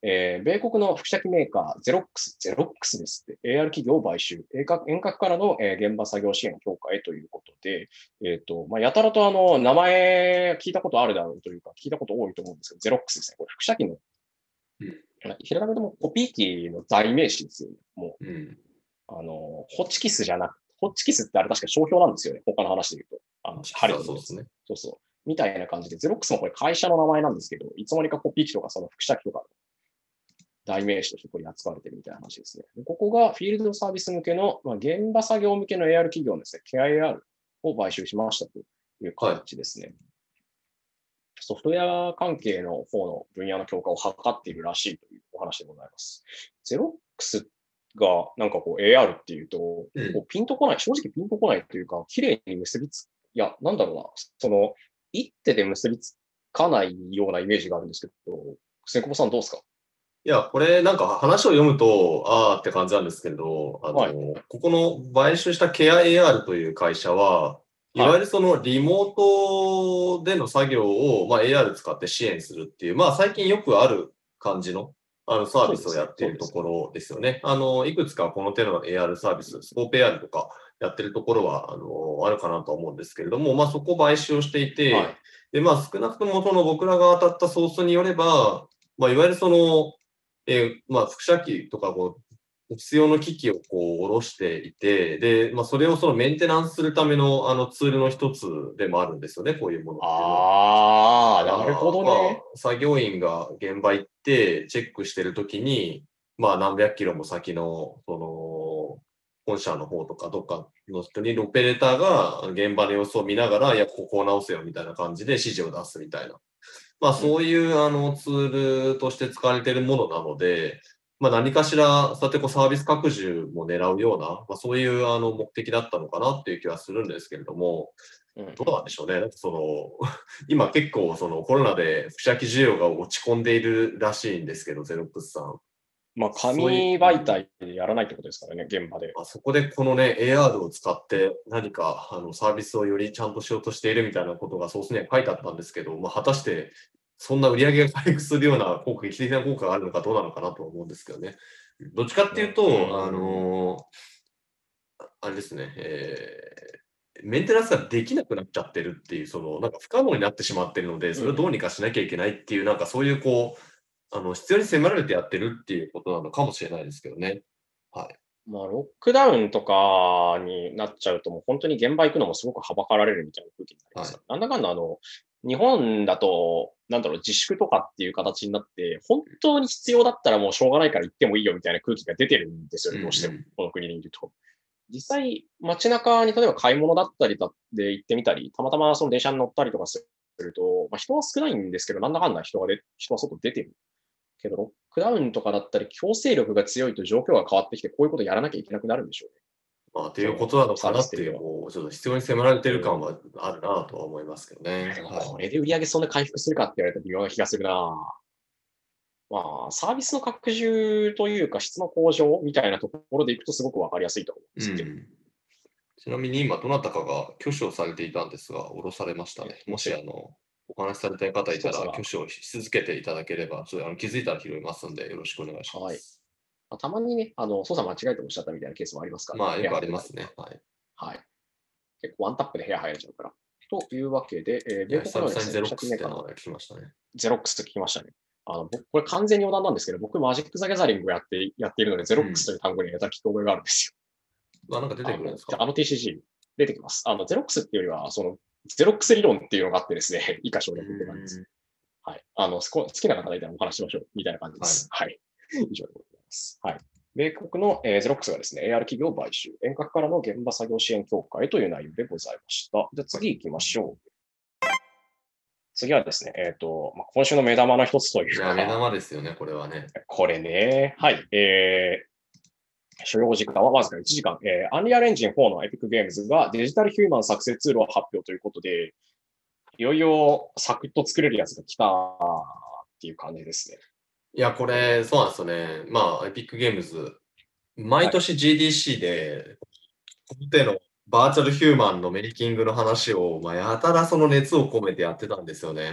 S1: 米国の副写機メーカー、ゼロックスですって、AR 企業を買収、遠隔からの、現場作業支援強化へということで、やたらと名前聞いたことあるだろうというか、聞いたこと多いと思うんですけど、ゼロックスですね。これ、副写機の、ひらがなでもコピー機の代名詞ですよね。もう、ホチキスじゃなく、ホチキスってあれ確か商標なんですよね。他の話で言うと。ハリウッドのやつ。そうそう。みたいな感じで、ゼロックスもこれ会社の名前なんですけど、いつの間にかコピー機とかその副写機とか代名詞としてこれ扱われてるみたいな話ですね。ここがフィールドサービス向けの、現場作業向けの AR 企業のですね、KIR を買収しましたという形ですね。ソフトウェア関係の方の分野の強化を図っているらしいというお話でございます。ゼロックスがなんかこう AR っていうと、こうピンとこない、正直ピンとこないというか、綺麗に結びつ、いや、なんだろうな、その、一手で結びつかないようなイメージがあるんですけど、千久保さんどうですか？
S2: いや、これなんか話を読むと、あーって感じなんですけど、ここの買収した KIAR という会社は、いわゆるそのリモートでの作業を、AR 使って支援するっていう、最近よくある感じのサービスをやっているところですよね。いくつかこの手の AR サービス、スコープ AR とかやってるところは、あるかなと思うんですけれども、そこを買収をしていて、で、少なくともその僕らが当たったソースによれば、いわゆるその、副写機とか必要の機器を下ろしていて、で、それをそのメンテナンスするためのツールの一つでもあるんですよね、こういうものっていうのは。
S1: なるほどね。
S2: 作業員が現場行ってチェックしてるときに、何百キロも先の、本社の方とかどっかの人にオペレーターが現場の様子を見ながら、いや、ここを直せよみたいな感じで指示を出すみたいな。そういうツールとして使われているものなので、何かしら、そうやってサービス拡充も狙うような、そういう目的だったのかなっていう気はするんですけれども、どうなんでしょうね。今結構コロナで副写機需要が落ち込んでいるらしいんですけど、ゼロックスさん。
S1: 紙媒体でやらないってことですからね、現場で。
S2: そこでこのね、AR を使って何かサービスをよりちゃんとしようとしているみたいなことがソースには書いてあったんですけど、果たしてそんな売り上げが回復するような劇的な効果があるのかどうなのかなと思うんですけどね。どっちかっていうと、あれですね、メンテナンスができなくなっちゃってるっていう、なんか不可能になってしまってるので、それをどうにかしなきゃいけないっていう、なんかそういう必要に迫られてやってるっていうことなのかもしれないですけどね。はい。
S1: ロックダウンとかになっちゃうと、もう本当に現場行くのもすごくはばかられるみたいな空気になります。なんだかんだ日本だと、自粛とかっていう形になって、本当に必要だったらもうしょうがないから行ってもいいよみたいな空気が出てるんですよね、どうしても、この国にいると。実際、街中に例えば買い物だったりで行ってみたり、たまたまその電車に乗ったりとかすると、人は少ないんですけど、なんだかんだ人は外出てる。けど、ロックダウンとかだったり、強制力が強いと状況が変わってきて、こういうことやらなきゃいけなくなるんでしょうね。
S2: っていうことなのかなっていう、ちょっと必要に迫られてる感はあるなとは思いますけどね。
S1: これで売り上げそんな回復するかって言われたら微妙な気がするな。サービスの拡充というか質の向上みたいなところでいくとすごくわかりやすいと思うんですけど。
S2: ちなみに今、どなたかが挙手をされていたんですが、降ろされましたね。もしお話しされたい方いたら、挙手をし続けていただければ、気づいたら拾いますので、よろしくお願いします。
S1: たまにね、操作間違えておっしゃったみたいなケースもありますから、
S2: よくありますね。
S1: はい。結構ワンタップで部屋入れちゃうから。というわけで、
S2: 米国のですね、ゼロックスって名前聞きましたね。
S1: ゼロックス聞きましたね。僕、これ完全に余談なんですけど、僕、マジック・ザ・ギャザリングをやっているので、ゼロックスという単語にやたら聞き覚えがあるんです
S2: よ。なんか出てくるんですか
S1: ？TCG 出てきます。ゼロックスっていうよりは、ゼロックス理論っていうのがあってですね、以下省略って感じです。はい。好きな方がいたらお話しましょう、みたいな感じです。はい。以上でございます。はい。米国の、ゼロックスがですね、AR 企業を買収、遠隔からの現場作業支援協会という内容でございました。じゃあ次行きましょう。次はですね、今週の目玉の一つというか。
S2: 目玉ですよね、これはね。
S1: これね、はい。所要時間はわずか1時間。アンリアルエンジン4のエピックゲームズがデジタルヒューマン作成ツールを発表ということで、いよいよサクッと作れるやつが来たっていう感じですね。
S2: いや、これ、そうなんですよね。エピックゲームズ、毎年 GDC で、この手のバーチャルヒューマンのメリキングの話を、やたらその熱を込めてやってたんですよね。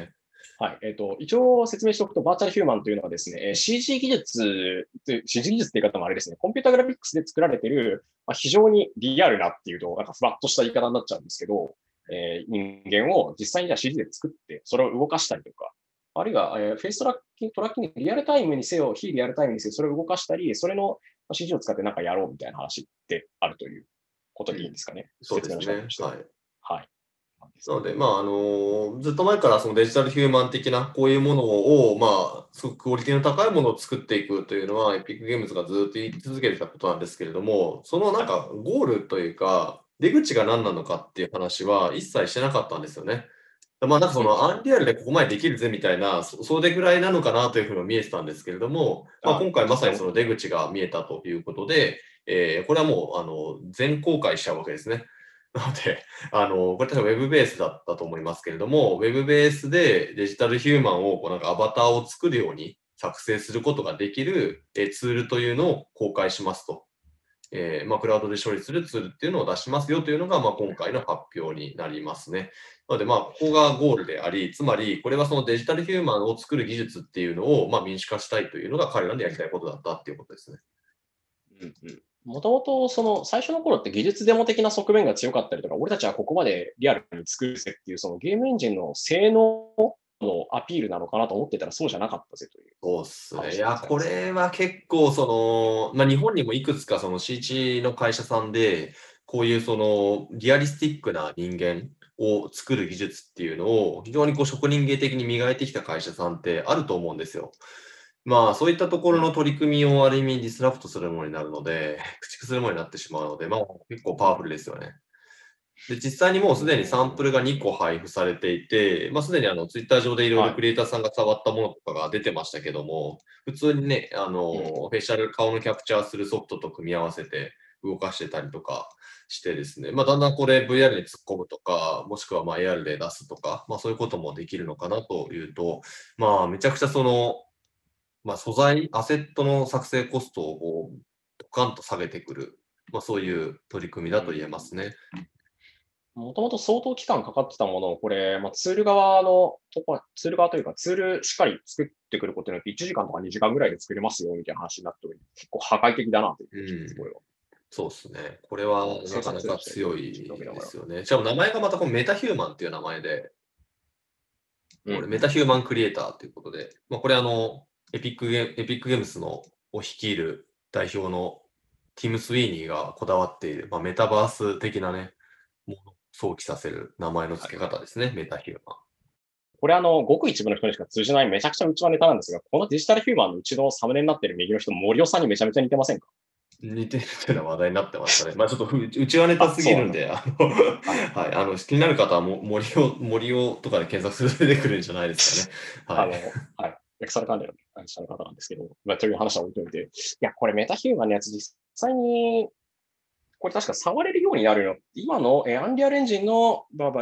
S1: はい。一応説明しておくと、バーチャルヒューマンというのはですね、CG 技術、CG 技術って言い方もあれですね、コンピュータグラフィックスで作られている、非常にリアルなっていうと、なんかふわっとした言い方になっちゃうんですけど、人間を実際にじゃあ CG で作って、それを動かしたりとか、あるいは、フェイストラッキング、リアルタイムにせよ、非リアルタイムにせよ、それを動かしたり、それの CG を使ってなんかやろうみたいな話ってあるということでいいんですかね。
S2: そうで
S1: 説明
S2: すね。
S1: の仕方としては。
S2: はい。
S1: はい。なんですけど。
S2: なので、ずっと前からそのデジタルヒューマン的なこういうものを、すごくクオリティの高いものを作っていくというのは、エピックゲームズがずっと言い続けてたことなんですけれども、そのなんかゴールというか、出口が何なのかっていう話は一切してなかったんですよね。なんかそのアンリアルでここまでできるぜみたいな、それぐらいなのかなというふうに見えてたんですけれども、今回まさにその出口が見えたということで、これはもう全公開しちゃうわけですね。なので、これ確かウェブベースだったと思いますけれども、ウェブベースでデジタルヒューマンをこうなんかアバターを作るように作成することができるツールというのを公開しますと。クラウドで処理するツールっていうのを出しますよというのが、今回の発表になりますね。なので、ここがゴールであり、つまり、これはそのデジタルヒューマンを作る技術っていうのを、民主化したいというのが彼らのやりたいことだったっていうことですね。
S1: もともと、その最初の頃って技術デモ的な側面が強かったりとか、俺たちはここまでリアルに作るぜっていう、そのゲームエンジンの性能のアピールなのかなと思ってたら、そうじゃなかったぜという
S2: そうっすね。い
S1: 話で
S2: や、こ
S1: ございます。
S2: れは結構、日本にもいくつかその C1 の会社さんで、こういうそのリアリスティックな人間を作る技術っていうのを非常にこう職人芸的に磨いてきた会社さんってあると思うんですよ。そういったところの取り組みをある意味ディスラプトするものになるので、駆逐するものになってしまうので、結構パワフルですよね。で、実際にもうすでにサンプルが2個配布されていて、すでにツイッター上でいろいろクリエイターさんが触ったものとかが出てましたけども、普通にね、フェイシャル、顔のキャプチャーするソフトと組み合わせて動かしてたりとかしてですね、だんだんこれ VR に突っ込むとか、もしくはAR で出すとか、そういうこともできるのかなというと、めちゃくちゃその、素材、アセットの作成コストをドカンと下げてくる、そういう取り組みだと言えますね。
S1: もともと相当期間かかってたものを、これ、ツール側のツール側というか、ツールしっかり作ってくることによって、1時間とか2時間ぐらいで作れますよ、みたいな話になっており、結構破壊的だなという気がします、これは。
S2: そうですね。これはな
S1: 生
S2: かなか
S1: 産ツールとして
S2: 強い
S1: 広げながら。
S2: ですよね。しかも名前がまたこのメタヒューマンっていう名前で、これメタヒューマンクリエイターということで、これエピックゲームスのを率いる代表のティム・スウィーニーがこだわっている、メタバース的なね、ものを想起させる名前の付け方ですね、メタヒューマン。
S1: これごく一部の人にしか通じないめちゃくちゃ内輪ネタなんですが、このデジタルヒューマンのうちのサムネになっている右の人、森尾さんにめちゃめちゃ似てませんか？
S2: 似てるというのは話題になってましたね。ちょっと内輪ネタすぎるんで、はい、気になる方は森尾とかで検索すると出てくるんじゃないですかね。
S1: はい。エクサル関連の会社の方なんですけど、という話は置いといて、いや、これメタヒューマンのやつ実際に、これ確か触れるようになるの。今の、アンリアルエンジンの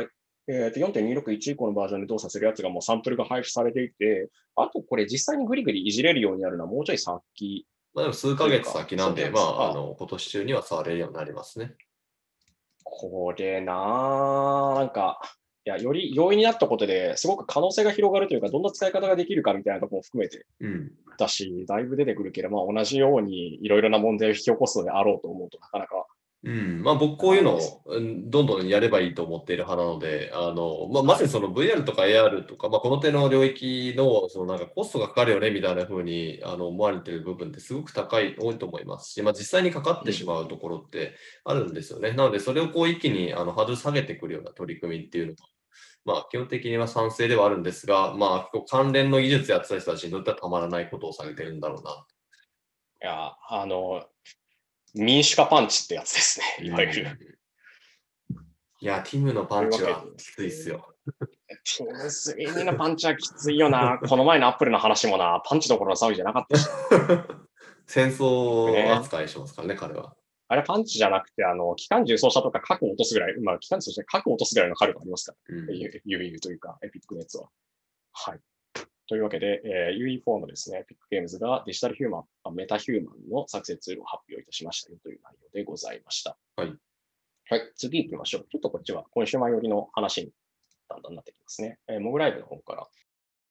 S1: 4.261以降のバージョンで動作するやつがもうサンプルが配布されていて、あとこれ実際にグリグリいじれるようになるのはもうちょい先
S2: でも数ヶ月先なんで、今年中には触れるようになりますね。
S1: これなんか、いや、より容易になったことですごく可能性が広がるというか、どんな使い方ができるかみたいなところも含めて、だし、だいぶ出てくるけど、同じようにいろいろな問題を引き起こすのであろうと思うとなかなか。
S2: 僕こういうのをどんどんやればいいと思っている派なので、まさにその VR とか AR とか、この手の領域の、そのなんかコストがかかるよねみたいな風に思われている部分ってすごく多いと思いますし、実際にかかってしまうところってあるんですよね。なので、それをこう一気にハードル下げてくるような取り組みっていうのは、基本的には賛成ではあるんですが、関連の技術やってた人たちにとってはたまらないことをされてるんだろうな。
S1: いや、民主化パンチってやつですね、いわゆる。
S2: いや、ティムのパンチはきついっすよ。
S1: ティム・スウィーニーのパンチはきついよな。この前のアップルの話もな、パンチどころの騒ぎじゃなかったし。
S2: 戦争扱いしますからね、彼は。
S1: あれパンチじゃなくて、機関銃装車とか核を落とすぐらい、機関銃装車核を落とすぐらいの火力がありますから、UEU というか、エピックのやつは。はい。というわけで、UE4 のですね、エピックゲームズがデジタルヒューマン、メタヒューマンの作成ツールを発表いたしましたよという内容でございました。
S2: はい。
S1: はい、次行きましょう。ちょっとこっちはコンシューマー寄りの話にだんだんなってきますね。モグライブの方から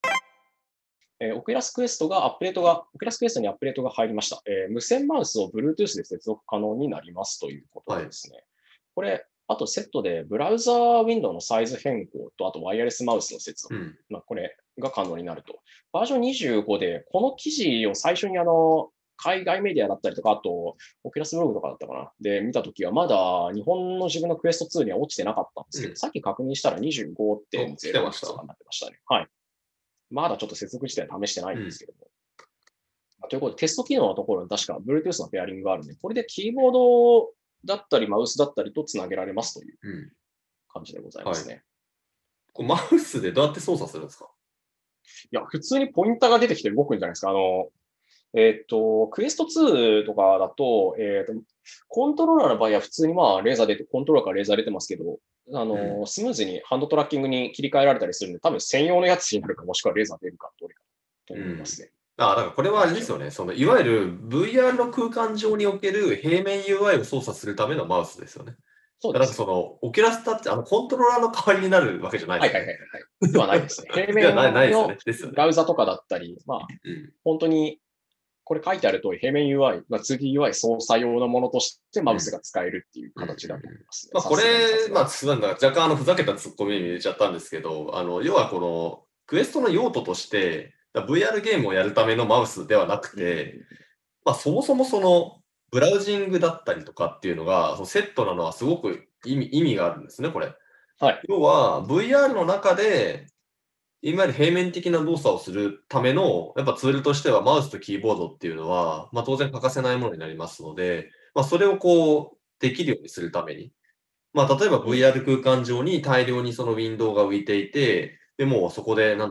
S1: オキュラスクエストにアップデートが入りました。無線マウスを Bluetooth で接続可能になりますということでですね。これ、あとセットでブラウザーウィンドウのサイズ変更と、あとワイヤレスマウスの接続、これが可能になると。バージョン25で、この記事を最初に海外メディアだったりとか、あと、オキュラスブログとかだったかな。で、見たときは、まだ日本の自分のクエスト2には落ちてなかったんですけど、さっき確認したら 25.0 とかになってましたね。はい。まだちょっと接続自体試してないんですけども。ということで、テスト機能のところに確か Bluetooth のペアリングがあるんで、これでキーボードだったり、マウスだったりとつなげられますという感じでございますね。
S2: これマウスでどうやって操作するんですか？
S1: いや、普通にポインターが出てきて動くんじゃないですか。クエスト2とかだと、コントローラーの場合は普通にレーザー出て、コントローラーからレーザー出てますけど、スムーズにハンドトラッキングに切り替えられたりするんで、多分専用のやつになるか、もしくはレーザー出るか、どれかと思いますね。
S2: だからこれはあれですよね。いわゆる VR の空間上における平面 UI を操作するためのマウスですよね。そうです、ね。オキュラスタッチ、コントローラーの代わりになるわけじゃないですね。
S1: はい。ではないですね。平面のブラウザとかだったり、本当に、これ書いてある通り、平面 UI、2D UI 操作用のものとしてマウスが使えるっていう形だと思いますね。
S2: これ、若干ふざけたツッコミに入れちゃったんですけど、要はこのクエストの用途として、VR ゲームをやるためのマウスではなくて、そもそもブラウジングだったりとかっていうのがセットなのはすごく意味があるんですね、これ。
S1: はい、
S2: 要は VR の中で、いわゆる平面的な動作をするためのやっぱツールとしてはマウスとキーボードっていうのは、当然欠かせないものになりますので、それをできるようにするために、例えば VR 空間上に大量にそのウィンドウが浮いていて、でもうそこで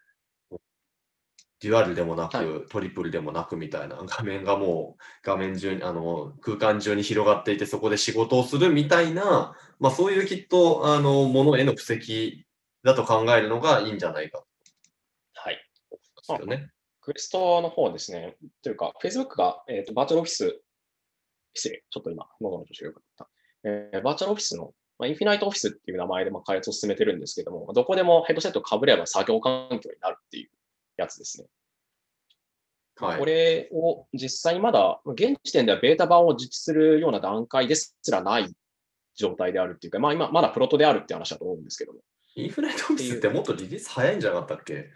S2: デュアルでもなく、トリプルでもなくみたいな画面がもう画面中に空間中に広がっていて、そこで仕事をするみたいな、そういうきっとものへの布石だと考えるのがいいんじゃないか。
S1: はい。
S2: ですよね。
S1: クエストの方ですね。というか、Facebook が、バーチャルオフィス、失礼、ちょっと今、喉の調子が良かった。バーチャルオフィスの、インフィナイトオフィスっていう名前で開発を進めてるんですけども、どこでもヘッドセットを被れば作業環境になるっていうやつですね。これを実際にまだ、現時点ではベータ版を実施するような段階ですらない状態であるっていうか、今、まだプロトであるって話だと思うんですけども。
S2: インフィナイトオフィスってもっとリリース早いんじゃなかったっけ？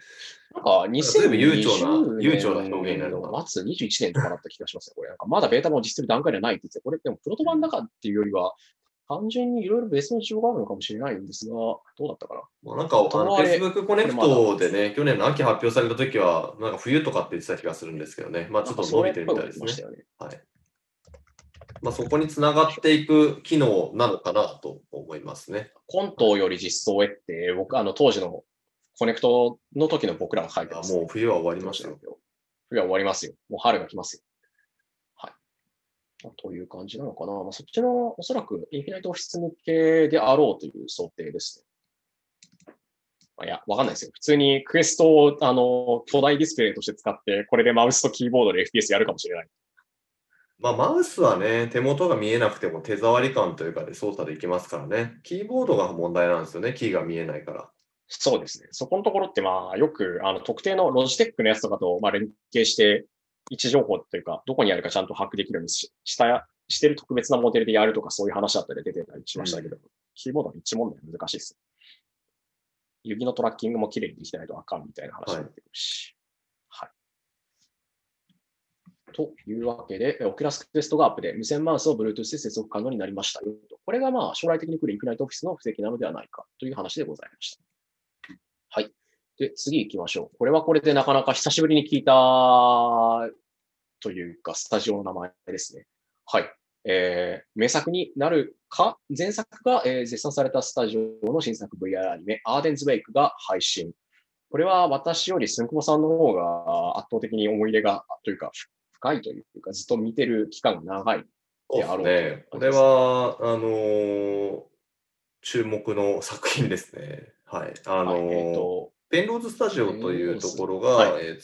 S1: 2020
S2: 悠長な表現になる
S1: の末、21年とかだった気がしますね。これまだベータ版を実施する段階ではないって言って、これでもプロト版だからっていうよりは、単純にいろいろ別の事情があるのかもしれないんですが、どうだったかな。
S2: Facebook コネクトでね、去年の秋発表されたときは、冬とかって言ってた気がするんですけどね。ちょっと伸びてるみたいですね。はい。そこにつながっていく機能なのかなと思いますね。
S1: コントより実装へって、僕、当時のコネクトの時の僕らが書いてます、
S2: もう冬は終わりますよ。
S1: 冬は終わりますよ。もう春が来ますよ。はい。という感じなのかな。そっちのおそらくインフィナイトオフィス向けであろうという想定ですね。いや、わかんないですよ。普通にクエストを巨大ディスプレイとして使って、これでマウスとキーボードで FPS やるかもしれない。
S2: マウスはね、手元が見えなくても手触り感というかで操作できますからね。キーボードが問題なんですよね。キーが見えないから。
S1: そうですね。そこのところってよく特定のロジテックのやつとかと連携して、位置情報というか、どこにあるかちゃんと把握できるようにしてる特別なモデルでやるとかそういう話だったり出てたりしましたけど、キーボードの一問題難しいです。指のトラッキングも綺麗にできてないとあかんみたいな話になってくるし。はい。というわけで、オキュラスクエストがアップで無線マウスを Bluetooth で接続可能になりましたよと。これが将来的に来るインフィナイトオフィスの布石なのではないかという話でございました。はい。で、次行きましょう。これはこれでなかなか久しぶりに聞いたというか、スタジオの名前ですね。はい。名作になるか、前作が、絶賛されたスタジオの新作 VR アニメ、アーデンズ・ウェイクが配信。これは私よりスンクボさんの方が圧倒的に思い入れが、というか、深いというか、ずっと見てる期間が長いであろう
S2: ね。これは、注目の作品ですね。はい。ペンローズスタジオというところが、作っ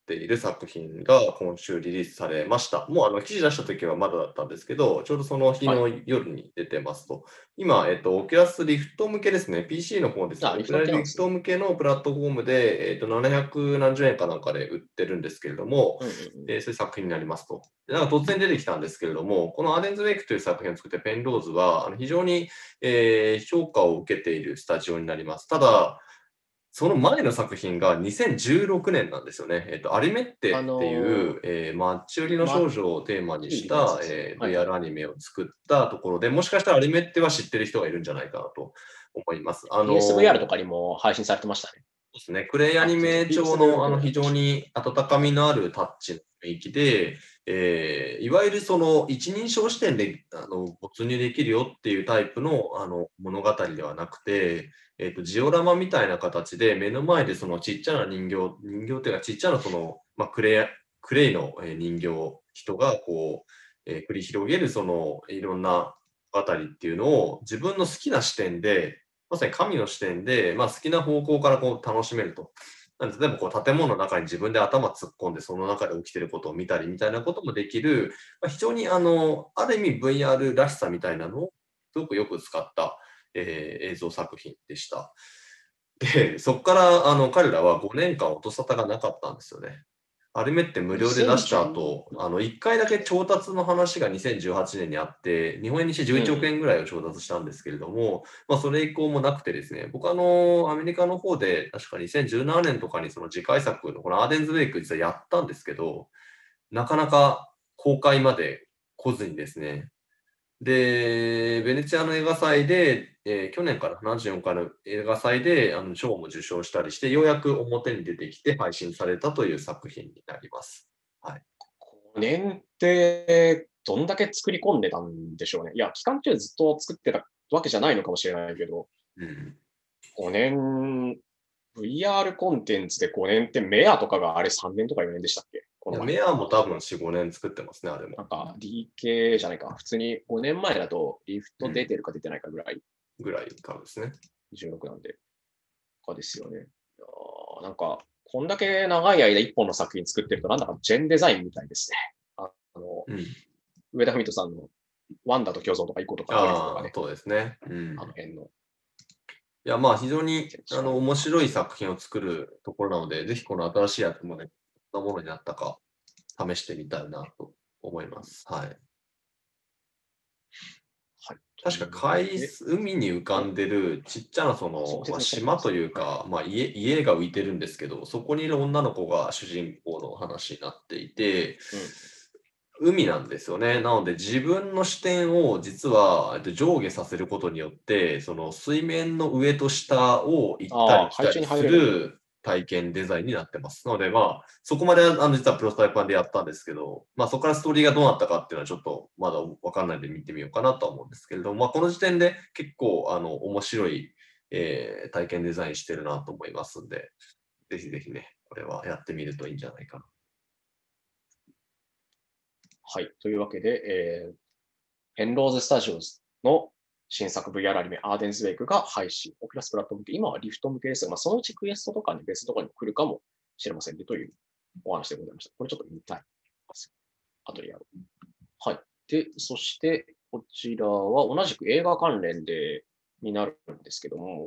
S2: ている作品が今週リリースされました。もう記事出した時はまだだったんですけど、ちょうどその日の夜に出てますと。今、オキュラスリフト向けですね。PC の方ですね。
S1: リ
S2: オキュラスリフ
S1: フト
S2: ト向けのプラットフォームで、700何十円かなんかで売ってるんですけれども、そういう作品になりますと。でなんか突然出てきたんですけれども、このアーデンズウェイクという作品を作ってペンローズは、非常に、評価を受けているスタジオになります。ただ、その前の作品が2016年なんですよね。アリメッテっていう、マッチ売りの少女をテーマにした、VR アニメを作ったところで、もしかしたらアリメッテは知ってる人がいるんじゃないかなと思います。
S1: PSVR とかにも配信されてましたね。
S2: そうですね。クレイアニメ調の非常に温かみのあるタッチの雰囲気で、いわゆるその一人称視点で没入できるよっていうタイプの物語ではなくて、ジオラマみたいな形で目の前でそのちっちゃな人形っていうかちっちゃなその、クレイの人形、人がこう、繰り広げるそのいろんな物語っていうのを自分の好きな視点でまさに神の視点で、好きな方向からこう楽しめると。なんで例えばこう建物の中に自分で頭突っ込んで、その中で起きていることを見たりみたいなこともできる、非常にある意味 VR らしさみたいなのをすごくよく使った、映像作品でした。で、そこから彼らは5年間音沙汰がなかったんですよね。アルメって無料で出した後、1回だけ調達の話が2018年にあって、日本円にして11億円ぐらいを調達したんですけれども、それ以降もなくてですね、僕アメリカの方で確か2017年とかにその次回作のこのアーデンズウェイク実はやったんですけど、なかなか公開まで来ずにですね、で、ベネチアの映画祭で、去年から74回の映画祭で賞も受賞したりして、ようやく表に出てきて配信されたという作品になります。はい。
S1: 5年ってどんだけ作り込んでたんでしょうね。いや、期間中ずっと作ってたわけじゃないのかもしれないけど、5年、VR コンテンツで5年ってメアとかがあれ3年とか4年でしたっけ？
S2: メアも多分4、5年作ってますね、あれも。
S1: なんか DK じゃないか。普通に5年前だとリフト出てるか出てないかぐらい。
S2: ぐらいからですね。
S1: 16なんで。かですよね。いやなんか、こんだけ長い間1本の作品作ってると、なんだかジェンデザインみたいですね。上田文人さんのワンダと共存とか1個とかトリュフとかね。
S2: そうですね。
S1: あの辺の。
S2: いや、非常に面白い作品を作るところなので、ぜひこの新しいやつもね、どんなものになったか試してみたいなと思います。はい。確か海に浮かんでるちっちゃなその、島というか、家が浮いてるんですけど、そこにいる女の子が主人公の話になっていて、海なんですよね。なので自分の視点を実は上下させることによって、その水面の上と下を行ったり来たりする体験デザインになってます。なのでそこまで実はプロトタイプ版でやったんですけど、そこからストーリーがどうなったかっていうのはちょっとまだわかんないので見てみようかなとは思うんですけれども、この時点で結構面白い、体験デザインしてるなと思いますんで、ぜひぜひね、これはやってみるといいんじゃないかな。
S1: はい。というわけで、ペンローズスタジオの新作 VR アニメアーデンズウェイクが配信。オキュラスプラット向け、今はリフト向けですが、そのうちクエストとかに別のところにも来るかもしれませんねというお話でございました。これちょっと見たい。後でやろう。はい。で、そしてこちらは同じく映画関連でになるんですけども、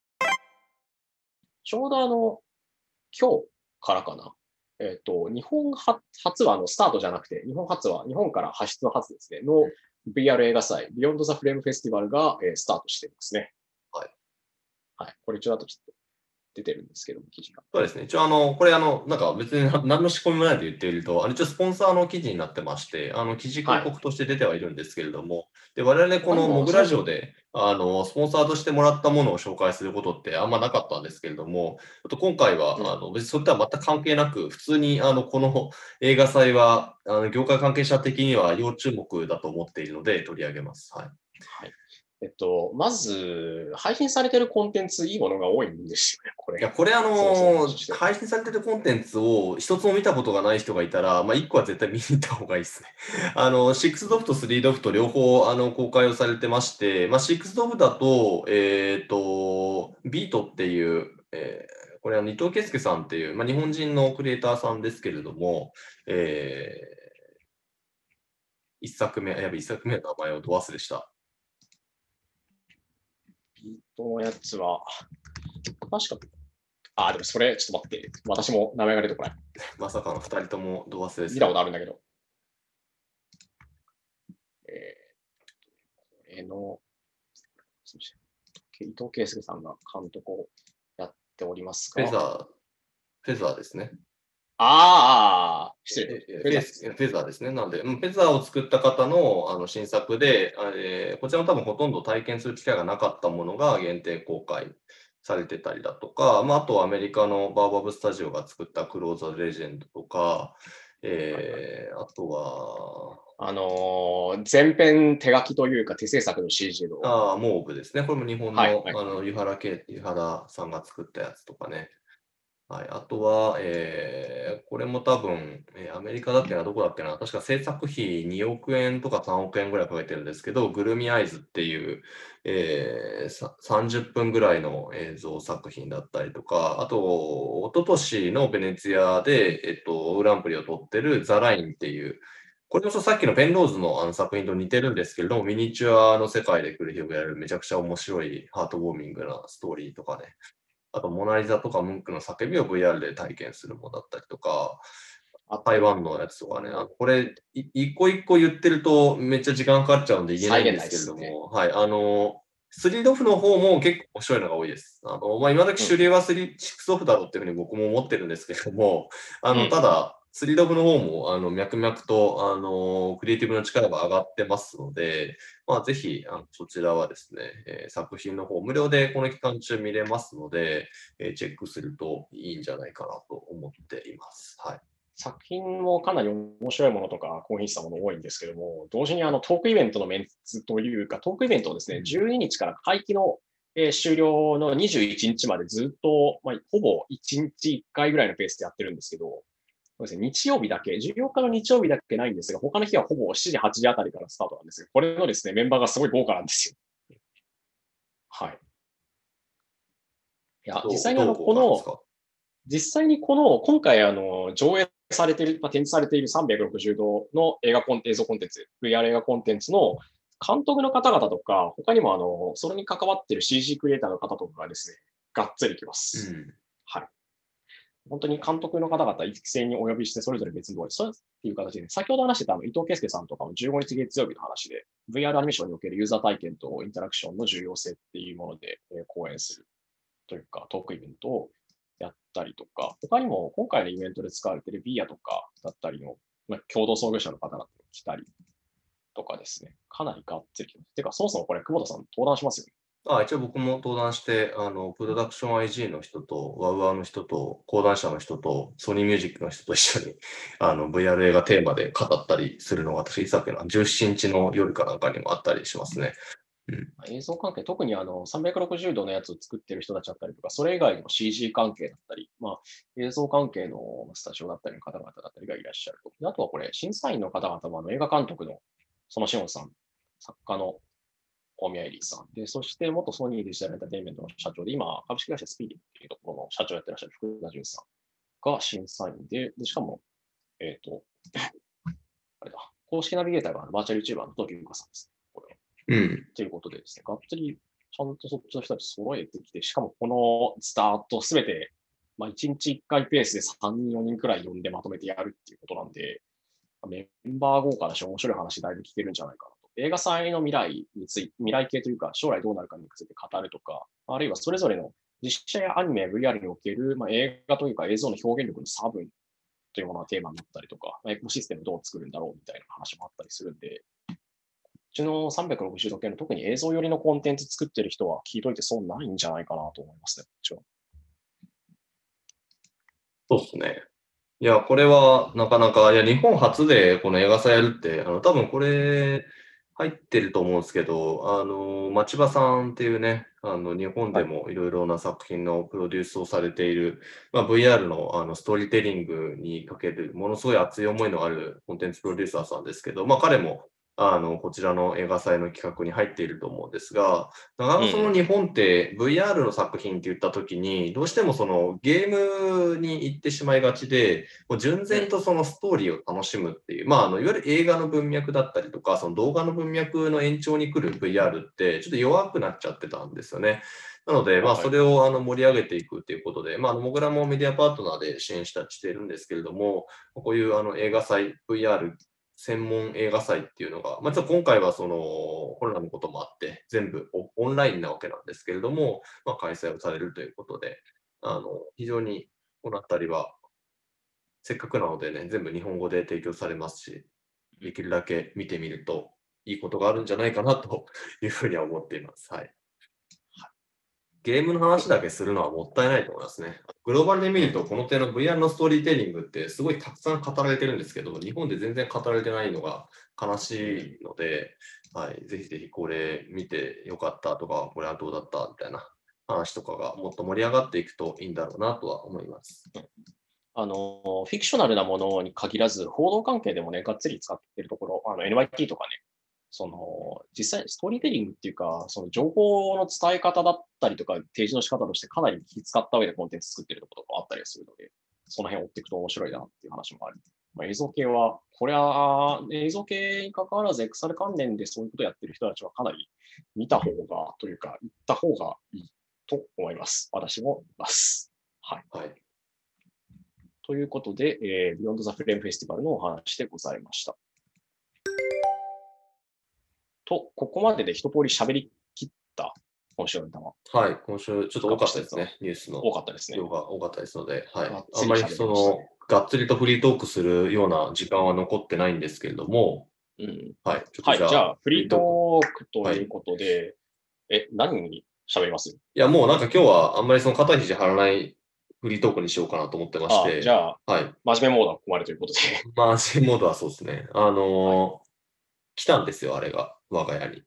S1: ちょうど今日からかな。日本初はスタートじゃなくて、日本初は、日本から発出の初ですね、の VR 映画祭、ビヨンドザフレームフェスティバルが、スタートしていますね。
S2: はい。
S1: はい。これ一応だとちょっと出てるんですけども、記事が。
S2: そうですね。一応これなんか別に何の仕込みもないと言っていると、一応スポンサーの記事になってまして、記事広告として出てはいるんですけれども、で、我々このモグラジオで、スポンサーとしてもらったものを紹介することってあんまなかったんですけれども、ちょっと今回は、別にそれとは全く関係なく、普通に、この映画祭は、業界関係者的には要注目だと思っているので取り上げます。はい。
S1: はい。まず、配信されてるコンテンツ、いいものが多いんですよね、これ。
S2: いや、これ配信されてるコンテンツを一つも見たことがない人がいたら、一個は絶対見に行った方がいいですね。6ドフと3ドフと両方、公開をされてまして、6ドフだと、ビートっていう、 これは伊藤圭介さんっていう、日本人のクリエイターさんですけれども、一作目の名前をど忘れした。
S1: ビートのやつは、確か、でもそれ、ちょっと待って。私も名前が出てこない。
S2: まさかの2人ともど忘れする。
S1: 見たことあるんだけど。これの、伊藤圭介さんが監督をやっておりますが。
S2: フェザーですね。
S1: 失礼。
S2: フェザーですね。なので、フェザーを作った方の新作で、こちらも多分ほとんど体験する機会がなかったものが限定公開されてたりだとか、あとはアメリカのバーバブスタジオが作ったクローザーレジェンドとか、あとは、
S1: 全編手書きというか手制作の CG の。
S2: モーブですね。これも日本の湯原さんが作ったやつとかね。はい、あとは、これも多分、アメリカだっけな、どこだっけな、確か制作費2億円とか3億円ぐらいかけてるんですけど、グルミアイズっていう、30分ぐらいの映像作品だったりとか、あと、一昨年のベネツィアで、グランプリを取ってるザ・ラインっていう、これこそさっきのペンローズの作品と似てるんですけれども、ミニチュアの世界で繰り広げられるめちゃくちゃ面白いハートウォーミングなストーリーとかね、あと、モナリザとかムンクの叫びを VR で体験するものだったりとか、台湾のやつとかね、これ、一個一個言ってるとめっちゃ時間かかっちゃうんで言えないんですけれども、はい、スリードフの方も結構面白いのが多いです。今時主流はシックスオフだろうっていうふうに僕も思ってるんですけれども、ただ、スリードフの方も脈々とクリエイティブの力が上がってますので、ぜひそちらはですね、作品の方無料でこの期間中見れますので、チェックするといいんじゃないかなと思っています。はい。
S1: 作品もかなり面白いものとか高品質なもの多いんですけども、同時にトークイベントのメンツというか、トークイベントをですね、12日から会期の終了の21日までずっと、ほぼ1日1回ぐらいのペースでやってるんですけど、そうですね、日曜日だけ、14日の日曜日だけないんですが、他の日はほぼ7時、8時あたりからスタートなんですが、これのですね、メンバーがすごい豪華なんですよ。はい。いや、実際に実際に今回上映されている、展示されている360度の映像コンテンツ、VR 映画コンテンツの監督の方々とか、他にもそれに関わっている CG クリエイターの方とかがですね、がっつりきます。はい。本当に監督の方々一斉にお呼びして、それぞれ別のそうっていう形で、先ほど話してた伊藤圭介さんとかも15日月曜日の話で、VR アニメーションにおけるユーザー体験とインタラクションの重要性っていうもので、講演するというか、トークイベントをやったりとか、他にも今回のイベントで使われているビアとかだったりの、共同創業者の方々が来たりとかですね、かなりがっつり来ます。てか、そもそもこれ、久保田さん登壇しますよね。
S2: 一応僕も登壇して、プロダクション IG の人と、ワウワウの人と、講談社の人と、ソニーミュージックの人と一緒に、VR 映画テーマで語ったりするのが、私、さっきの17日の夜かなんかにもあったりしますね。
S1: 映像関係、特に360度のやつを作ってる人たちだったりとか、それ以外にも CG 関係だったり、映像関係のスタジオだったりの方々だったりがいらっしゃると。あとはこれ、審査員の方々も映画監督のそのしおんさん、作家の大宮エリーさんで、そして元ソニーデジタルエンターテインメントの社長で、今、株式会社スピーディっていうところの社長やってらっしゃる福田淳さんが審査員で、しかも、あれだ、公式ナビゲーターがバーチャル YouTuber の東京ゆかさんです。ということでですね、がっつりちゃんとそっちの人たち揃えてきて、しかもこのスタートすべて、1日1回ペースで3人、4人くらい呼んでまとめてやるっていうことなんで、メンバー豪華だし面白い話だいぶ聞けるんじゃないかなと。映画祭の未来系というか、将来どうなるかについて語るとか、あるいはそれぞれの実写やアニメ、VR における、映画というか映像の表現力の差分というものがテーマになったりとか、エコシステムどう作るんだろうみたいな話もあったりするんで、こっちの360度系の特に映像寄りのコンテンツ作ってる人は聞いといて損ないんじゃないかなと思いますね、こっちは。
S2: そうですね。いや、これはなかなか、日本初でこの映画祭やるって、多分これ入ってると思うんですけど、町場さんっていうね、日本でもいろいろな作品のプロデュースをされている、VR のストーリーテリングにかける、ものすごい熱い思いのあるコンテンツプロデューサーさんですけど、彼もこちらの映画祭の企画に入っていると思うんですが、なかなかその日本って VR の作品って言ったときに、どうしてもそのゲームに行ってしまいがちで、もう純然とそのストーリーを楽しむっていう、いわゆる映画の文脈だったりとか、その動画の文脈の延長に来る VR ってちょっと弱くなっちゃってたんですよね。なので、それを盛り上げていくということで、僕らもメディアパートナーで支援しているんですけれども、こういう映画祭、VR 専門映画祭っていうのが、ちょっと今回はそのコロナのこともあって、全部オンラインなわけなんですけれども、開催をされるということで、非常にこのあたりは、せっかくなのでね、全部日本語で提供されますし、できるだけ見てみるといいことがあるんじゃないかなというふうには思っています。はい。ゲームの話だけするのはもったいないと思いますね。グローバルで見ると、この手の VR のストーリーテリングってすごいたくさん語られてるんですけど、日本で全然語られてないのが悲しいので、はい、ぜひぜひこれ見てよかったとか、これはどうだったみたいな話とかがもっと盛り上がっていくといいんだろうなとは思います。
S1: フィクショナルなものに限らず、報道関係でもね、がっつり使っているところ、NYT とかね、実際ストーリーテリングっていうか、その情報の伝え方だったりとか、提示の仕方としてかなり気使った上でコンテンツ作ってるところとかあったりするので、その辺を追っていくと面白いなっていう話もある。映像系は、これは映像系に関わらず XR 関連でそういうことをやってる人たちはかなり見た方が、というか、言った方がいいと思います。私もいます。はい。ということで、Beyond the Flame Festival のお話でございました。と、ここまでで一通り喋り切った今週のネタは。
S2: はい、今週ちょっと多かったですね、ニュースの。
S1: 多かったですね。
S2: 量が多かったですので、はい。
S1: あんまり
S2: がっつりとフリートークするような時間は残ってないんですけれども、はい。
S1: はい、じゃあ、フリートークということで、何に喋ります？
S2: いや、もうなんか今日はあんまりその肩肘張らないフリートークにしようかなと思ってまして。
S1: じゃあ、
S2: はい。
S1: 真面目モードはここまでということで。
S2: 真面目モードはそうですね。来たんですよ、あれが、我が家に。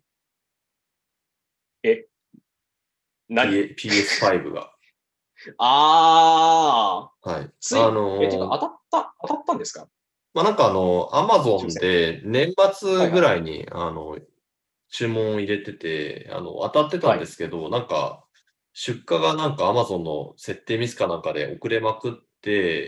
S1: 何？
S2: PS5 が。
S1: はい。
S2: て
S1: か当たったんですか？
S2: なんかAmazon で年末ぐらいに、注文を入れてて、当たってたんですけど、なんか、出荷がなんか Amazon の設定ミスかなんかで遅れまくって、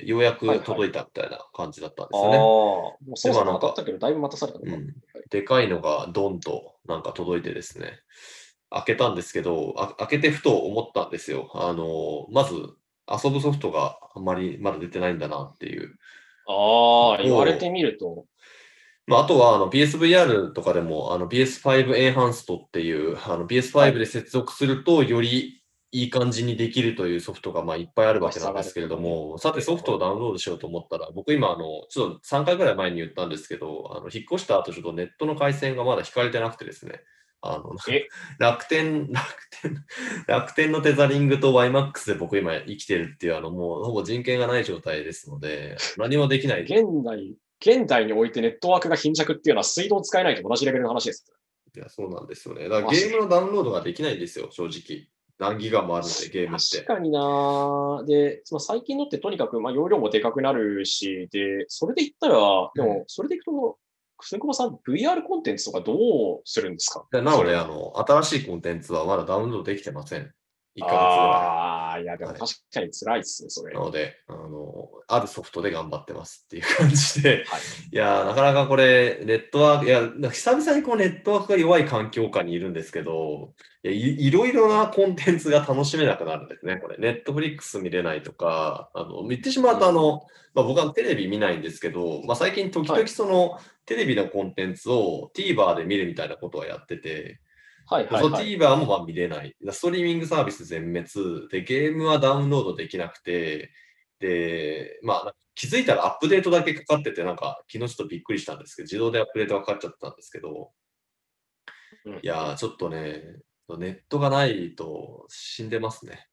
S2: ようやく届いたみたいな感じだったんですよね。
S1: もうそうそう当たったけど、だいぶ待たされたのか。
S2: でかいのがドンとなんか届いてですね、開けたんですけど、開けてふと思ったんですよ。まず、遊ぶソフトがあんまりまだ出てないんだなっていう。
S1: 言われてみると。
S2: あとはPSVR とかでもPS5 エンハンストっていうPS5 で接続するとよりいい感じにできるというソフトがいっぱいあるわけなんですけれども、さてソフトをダウンロードしようと思ったら、僕今ちょっと3回ぐらい前に言ったんですけど、引っ越した後ちょっとネットの回線がまだ引かれてなくてですね、楽天のテザリングと YMAX で僕今生きてるっていうもうほぼ人権がない状態ですので、何もできない。
S1: 現代においてネットワークが貧弱っていうのは水道を使えないと同じレベルの話です。
S2: いや、そうなんですよね。だからゲームのダウンロードができないんですよ、正直。何ギガもあるんで、ゲームって。
S1: 確かになで、最近のってとにかく、容量もでかくなるし、で、それで言ったら、でも、それでいくと、久保さん、VR コンテンツとかどうするんですか？
S2: なので、新しいコンテンツはまだダウンロードできてません。1ヶ月ぐらい。
S1: いや、でも確かに辛いっすね、それ。
S2: なので、あるソフトで頑張ってますっていう感じで、いや、なかなかこれ、ネットワーク、いや、久々にこうネットワークが弱い環境下にいるんですけど、いろいろなコンテンツが楽しめなくなるんですね、これ。ネットフリックス見れないとか、言ってしまうと、僕はテレビ見ないんですけど、最近時々テレビのコンテンツを TVer で見るみたいなことはやってて、TVer も見れない。ストリーミングサービス全滅で、ゲームはダウンロードできなくて、で、気づいたらアップデートだけかかってて、なんか昨日ちょっとびっくりしたんですけど、自動でアップデートがかかっちゃったんですけど、いやー、ちょっとね、ネットがないと死んでますね。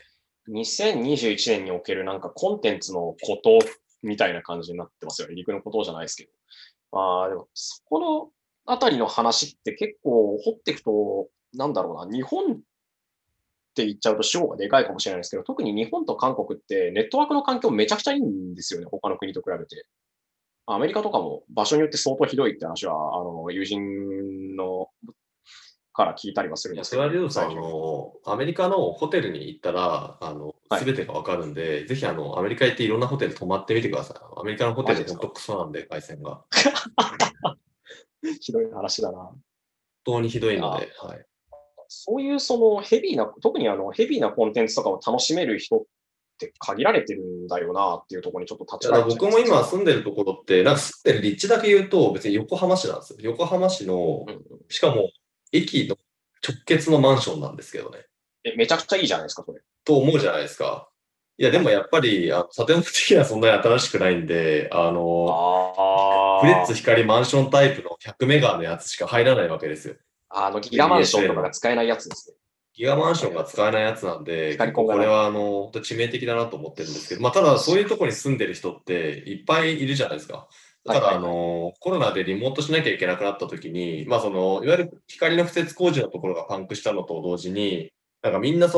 S1: 2021年におけるなんかコンテンツのことみたいな感じになってますよね。陸のことじゃないですけど。でも、そこのあたりの話って結構掘っていくと、なんだろうな、日本って言っちゃうと主語がでかいかもしれないですけど、特に日本と韓国ってネットワークの環境めちゃくちゃいいんですよね、他の国と比べて。 アメリカとかも場所によって相当ひどいって話は、友人のから聞いたりはするんですけど。
S2: それはリュウさん、アメリカのホテルに行ったら、
S1: はい。
S2: すべてがわかるんで、ぜひアメリカ行っていろんなホテル泊まってみてください。アメリカのホテル本当クソなんで、回線が。
S1: ひどい話だな。
S2: 本当にひどいので、はい。
S1: そういう特にヘビーなコンテンツとかを楽しめる人って限られてるんだよなっていうところにちょっと立ち返っちゃいます。
S2: 僕も今住んでるところって、なんか住んでる立地だけ言うと、別に横浜市なんですよ。横浜市の、しかも駅の直結のマンションなんですけどね。
S1: めちゃくちゃいいじゃないですか、それ。
S2: と思うじゃないですか。いや、でもやっぱり、建物的にはそんなに新しくないんで、フレッツ光マンションタイプの100メガのやつしか入らないわけですよ。
S1: ギガマンションとかが使えないやつですね。
S2: ギガマンションが使えないやつなんで、結構これは本当致命的だなと思ってるんですけど、まあ、ただそういうところに住んでる人っていっぱいいるじゃないですか。ただ、コロナでリモートしなきゃいけなくなった時に、まあ、いわゆる光の敷設工事のところがパンクしたのと同時に、なんかみんな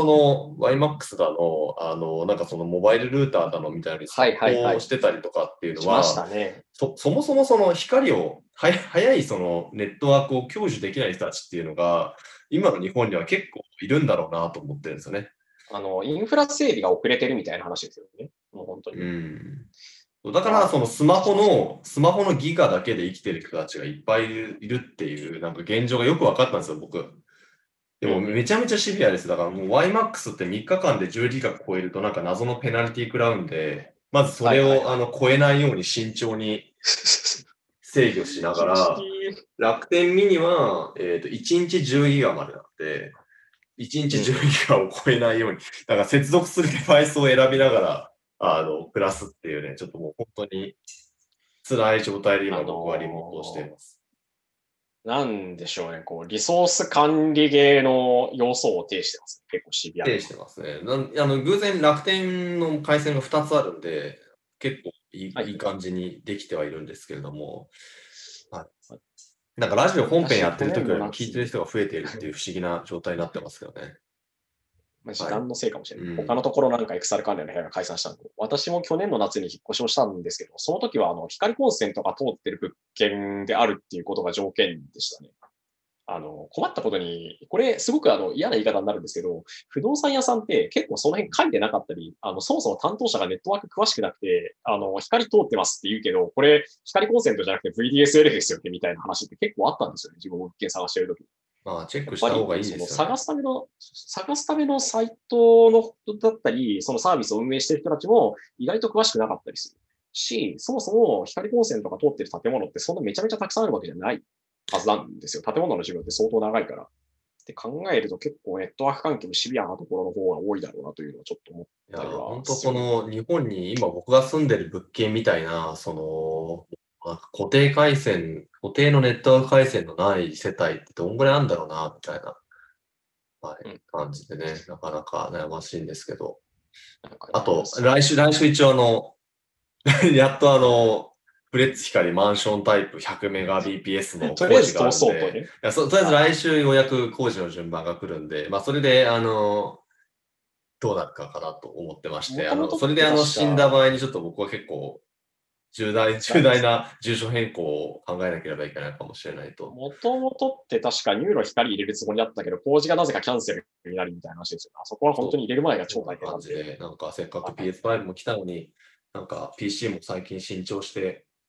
S2: YMAX だの、なんかモバイルルーターだのみたいに殺到してたりとかっていうのは、そもそも光を、早いネットワークを享受できない人たちっていうのが、今の日本には結構いるんだろうなと思ってるんですよね。
S1: インフラ整備が遅れてるみたいな話ですよね。もう本当に。
S2: だからスマホのギガだけで生きてる人たちがいっぱいいるっていう、なんか現状がよく分かったんですよ、僕。でもめちゃめちゃシビアです。だからもう YMAX って3日間で10ギガ超えるとなんか謎のペナルティ食らうんで、まずそれを超えないように慎重に制御しながら、楽天ミニは、1日10ギガまでなって1日10ギガを超えないように、だから接続するデバイスを選びながら、暮らすっていうね、ちょっともう本当に辛い状態で今僕はリモートをしています。
S1: なんでしょうね、リソース管理系の要素を呈してます。結構シビア。
S2: 呈してますね。偶然楽天の回線が2つあるんで、結構いい感じにできてはいるんですけれども、はい。なんかラジオ本編やってる時よりも聞いてる人が増えているっていう不思議な状態になってますけどね。
S1: 時間のせいかもしれない。他のところなんかエクサル関連の部屋が解散したんで、私も去年の夏に引っ越しをしたんですけど、その時は光コンセントが通ってる物件であるっていうことが条件でしたね。困ったことに、これすごく嫌な言い方になるんですけど、不動産屋さんって結構その辺書いてなかったり、そもそも担当者がネットワーク詳しくなくて、光通ってますって言うけど、これ光コンセントじゃなくて VDSL ですよってみたいな話って結構あったんですよね、自分も物件探してる時に。
S2: まあ、チェックした方がいいですよね。
S1: 探すためのサイトの人だったり、そのサービスを運営している人たちも意外と詳しくなかったりするし、そもそも光コンセントが通っている建物ってそんなめちゃめちゃたくさんあるわけじゃないはずなんですよ。建物の寿命って相当長いから。って考えると結構ネットワーク関係もシビアなところの方が多いだろうなというのはちょっと思ったりは。
S2: 本当日本に今僕が住んでる物件みたいな、固定のネットワーク回線のない世帯ってどんぐらいあるんだろうな、みたいな、感じでね、なかなか悩ましいんですけど。あと、来週一応やっとフレッツ光マンションタイプ 100Mbps の工事があるんで、とりあえず来週ようやく工事の順番が来るんで、まあそれで、どうなるかなと思ってまして、それで死んだ場合にちょっと僕は結構、重大な住所変更を考えなければいけないかもしれないと。
S1: もともとって確かニューロ光入れるつもりだったけど、工事がなぜかキャンセルになりみたいな話ですよね。あそこは本当に入れる前が超大変
S2: なんで。なんかせっかく PS5 も来たのに、なんか PC も最近新調して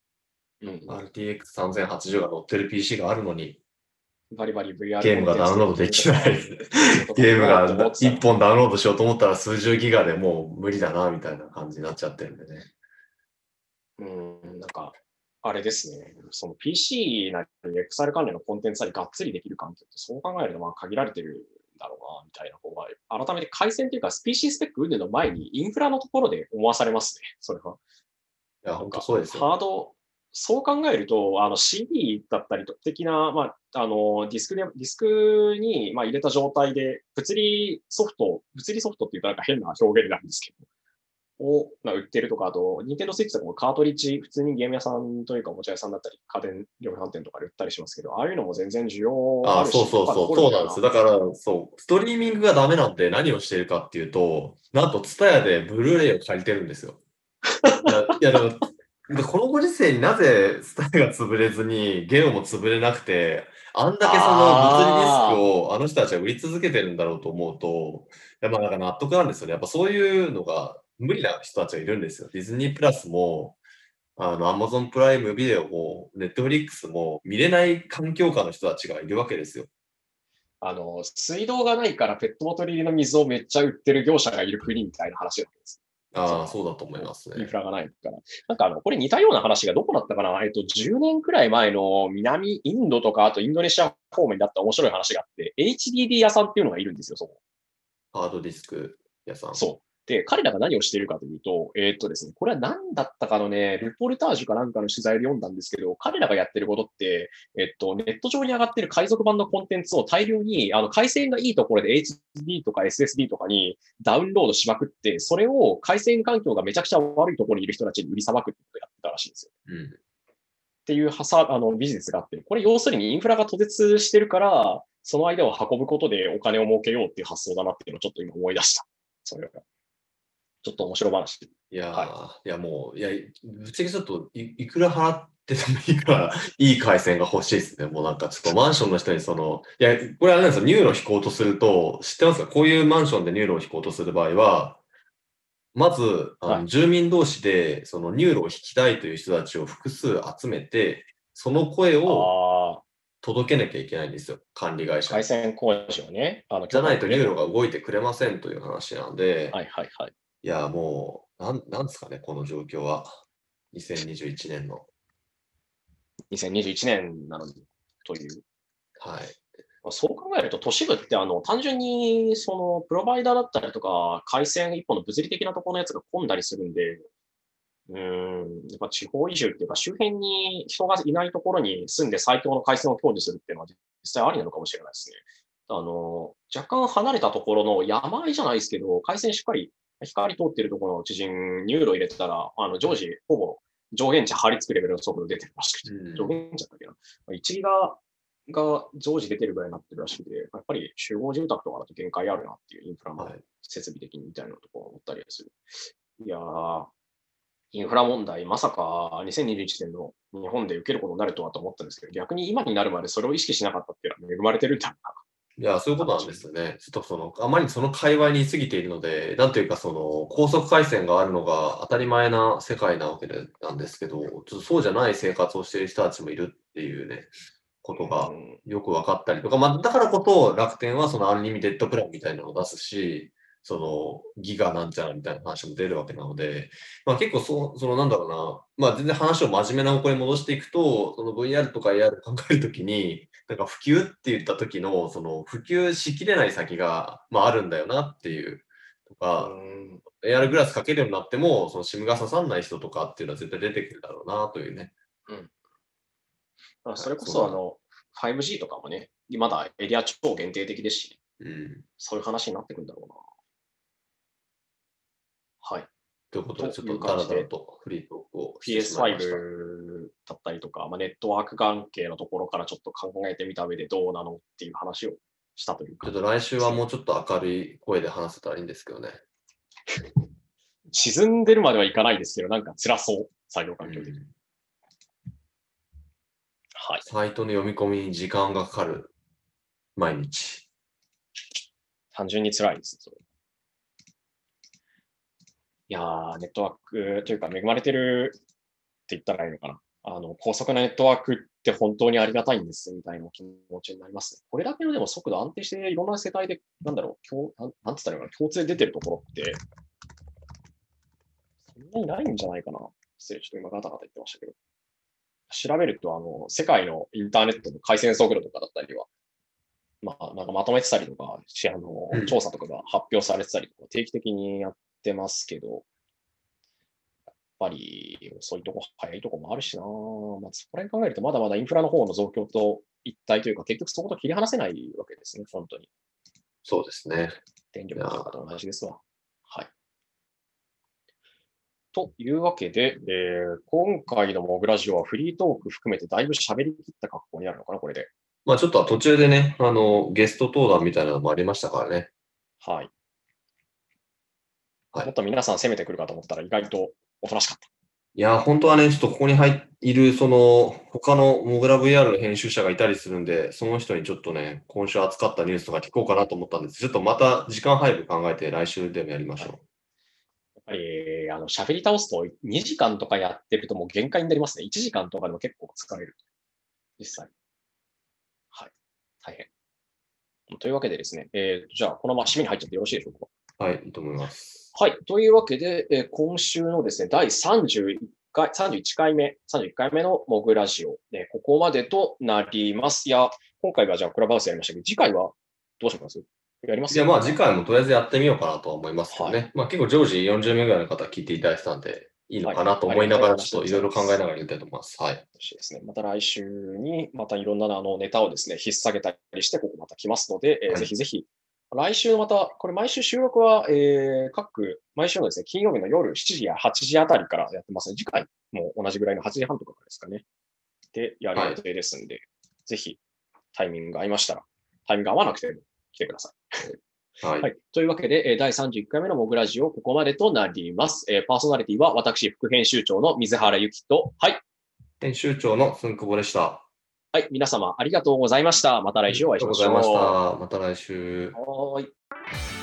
S2: 、RTX3080 が乗ってる PC があるのに、
S1: バリバリ VR
S2: ゲームがダウンロードできない。ゲームが1本ダウンロードしようと思ったら数十ギガでもう無理だな、みたいな感じになっちゃってるんでね。
S1: なんか、あれですね。その PC なり XR 関連のコンテンツなりがっつりできる環境ってそう考えるとまあ限られてるんだろうな、みたいな方が、改めて回線というか PC スペック運動の前にインフラのところで思わされますね。それは。
S2: いや、本当そうですよ。
S1: ハード、そう考えると、CD だったり的な、まあ、ディスクに、まあ、入れた状態で、物理ソフトっていうとなんか変な表現なんですけど、売ってるとか、あと、ニンテンドースイッチとかもカートリッジ、普通にゲーム屋さんというか、おもちゃ屋さんだったり、家電量販店とかで売ったりしますけど、ああいうのも全然需要あるし。
S2: そうなんです。だから、ストリーミングがダメなんで何をしているかっていうと、なんと、ツタヤでブルーレイを借りてるんですよ。いや、でも、 このご時世になぜスタイが潰れずにゲオも潰れなくて、あんだけその物理ディスク
S1: あ
S2: をあの人たちは売り続けてるんだろうと思うと、まあなんか納得なんですよね。やっぱそういうのが無理な人たちがいるんですよ。ディズニープラスも、アマゾンプライムビデオも、ネットフリックスも見れない環境下の人たちがいるわけですよ。
S1: 水道がないからペットボトル入りの水をめっちゃ売ってる業者がいる国みたいな話なんです。そ
S2: ああ、
S1: の、
S2: そうだと思いますね。
S1: インフラがないから。なんかこれ似たような話がどこだったかな10年くらい前の南インドとか、あとインドネシア方面だった面白い話があって、HDD 屋さんっていうのがいるんですよ、そこ。
S2: ハードディスク屋さん。
S1: そう。で、彼らが何をしているかというと、ですね、これは何だったかのね、ルポルタージュかなんかの取材で読んだんですけど、彼らがやってることって、ネット上に上がってる海賊版のコンテンツを大量に、回線がいいところで HD とか SSD とかにダウンロードしまくって、それを回線環境がめちゃくちゃ悪いところにいる人たちに売りさばくってことをやってたらしいんですよ。
S2: うん。
S1: っていうビジネスがあって、これ要するにインフラが途絶してるから、その間を運ぶことでお金を儲けようっていう発想だなっていうのをちょっと今思い出した。それが。ちょっと面白話。
S2: いやー、
S1: はい。
S2: いやもう、いや、ぶっちゃけちょっといくら払ってでもいいから、いい回線が欲しいですね。もうなんかちょっとマンションの人にいや、これあれなんですよ、ニューロ引こうとすると、知ってますか？こういうマンションでニューロを引こうとする場合は、まず、
S1: はい。
S2: 住民同士で、そのニューロを引きたいという人たちを複数集めて、その声を
S1: ああ、
S2: 届けなきゃいけないんですよ、管理会社に。
S1: 回線工事をね、
S2: じゃないとニュー
S1: 許可を得て。
S2: ロが動いてくれませんという話なんで、
S1: はいはいはい。
S2: いや、もう、なんですかね、この状況は。2021年の。
S1: 2021年なのに、という。
S2: はい。
S1: そう考えると、都市部って単純に、プロバイダーだったりとか、回線一本の物理的なところのやつが混んだりするんで、やっぱ地方移住っていうか、周辺に人がいないところに住んで最強の回線を享受するっていうのは実際ありなのかもしれないですね。若干離れたところの山あいじゃないですけど、回線しっかり光通ってるところの知人、ニューロ入れてたら、常時、ほぼ上限値張り付くレベルの速度出てるらしくて、
S2: うん。
S1: 上限値だったっけな。1ギガが常時出てるぐらいになってるらしくて、やっぱり集合住宅とかだと限界あるなっていうインフラの
S2: はい。
S1: 設備的にみたいなところを思ったりする。いやー、インフラ問題、まさか2021年の日本で受けることになるとはと思ったんですけど、逆に今になるまでそれを意識しなかったっていうのは恵まれてるんだ
S2: いや、そういうことなんですよね。ちょっとあまりにその界隈にいすぎているので、なんというか高速回線があるのが当たり前な世界なわけなんですけど、ちょっとそうじゃない生活をしている人たちもいるっていうね、ことがよく分かったりとか、まあ、だからこそ楽天はそのアンリミテッドプランみたいなのを出すし、ギガなんちゃらみたいな話も出るわけなので、まあ結構なんだろうな、まあ全然話を真面目な方向に戻していくと、その VR とか AR を考えるときに、なんか普及って言った時の、普及しきれない先が、まああるんだよなっていう、とか、AR グラスかけるようになっても、その SIM が刺さんない人とかっていうのは絶対出てくるだろうなというね。はい、
S1: それこ
S2: そんな。
S1: そ5G とかもね、まだエリア超限定的ですし、
S2: うん。
S1: そういう話になってくるんだろうな。はい。
S2: ということで、
S1: という
S2: ちょっとダラ
S1: 感じで、
S2: ダラとフリートークをしてしまいました。
S1: PS5 だったりとか、ネットワーク関係のところからちょっと考えてみた上でどうなのっていう話をしたという感じ
S2: ちょっと来週
S1: ですね。
S2: はもうちょっと明るい声で話せたらいいんですけどね。
S1: 沈んでるまではいかないですけど、なんか辛そう、作業
S2: う
S1: 環境的に。
S2: ん。
S1: はい。
S2: サイトの読み込みに時間がかかる毎日。
S1: 単純に辛いです。それいやー、ネットワークというか恵まれてるって言ったらいいのかな。高速なネットワークって本当にありがたいんですみたいな気持ちになりますね。これだけのでも速度安定していろんな世界で、なんつったらいいのかな、共通で出てるところって、そんなにないんじゃないかな。失礼、ちょっと今ガタガタ言ってましたけど。調べると、世界のインターネットの回線速度とかだったりは、なんかまとめてたりとか、調査とかが発表されてたりとか、定期的にやってますけど、ぱり遅いとこ、早いとこもあるしな、そこら辺考えると、まだまだインフラの方の増強と一体というか、結局そこと切り離せないわけですね、本当に。
S2: そうですね。
S1: 電
S2: いや
S1: 力とかと同じですわ。はい。というわけで、今回のモグラジオはフリートーク含めてだいぶ喋り切った格好になるのかな、これで。
S2: まあちょっと途中でね、ゲスト登壇みたいなのもありましたからね。
S1: はい。
S2: はい。
S1: もっと皆さん攻めてくるかと思ったら意外とおとなしかった。
S2: いや、本当はね、ちょっとここにいる、他のモグラ VR の編集者がいたりするんで、その人にちょっとね、今週扱ったニュースとか聞こうかなと思ったんです。ちょっとまた時間配分考えて来週でもやりましょう。
S1: やっぱり、喋り倒すと2時間とかやってるともう限界になりますね。1時間とかでも結構疲れる。実際。はい。大変。というわけでですね、じゃあ、このまま締めに入っちゃってよろしいでしょうか。
S2: はい、いいと思います。
S1: はい。というわけで、今週のですね、第31回目のモグラジオ、ここまでとなります。いや、今回はじゃあクラブハウスやりましたけど、次回はどうしますやります
S2: いや、まあ次回もとりあえずやってみようかなとは思いますけどね。
S1: はい、
S2: まあ結構常時40名ぐらいの方聞いていただいてたんで、いいのかなと思いながら、ちょっといろいろ考えながらやりたいと思います。はい。
S1: ですね、また来週に、またいろんなネタをですね、引っ提げたりして、ここまた来ますので、ぜひぜひ、来週また、これ毎週収録は、毎週のですね、金曜日の夜7時や8時あたりからやってますね。次回も同じぐらいの8時半とかからですかね。で、やる予定ですんで、ぜひタイミングが合いましたら、タイミングが合わなくても来てください。はい。というわけで、第31回目のモグラジオ、ここまでとなります。パーソナリティは私、副編集長の水原由紀と、はい。
S2: 編集長のすんくぼでした。
S1: はい。皆様ありがとうございました。また来週お会いしましょう。
S2: ありがとうございました。また来週。
S1: はい。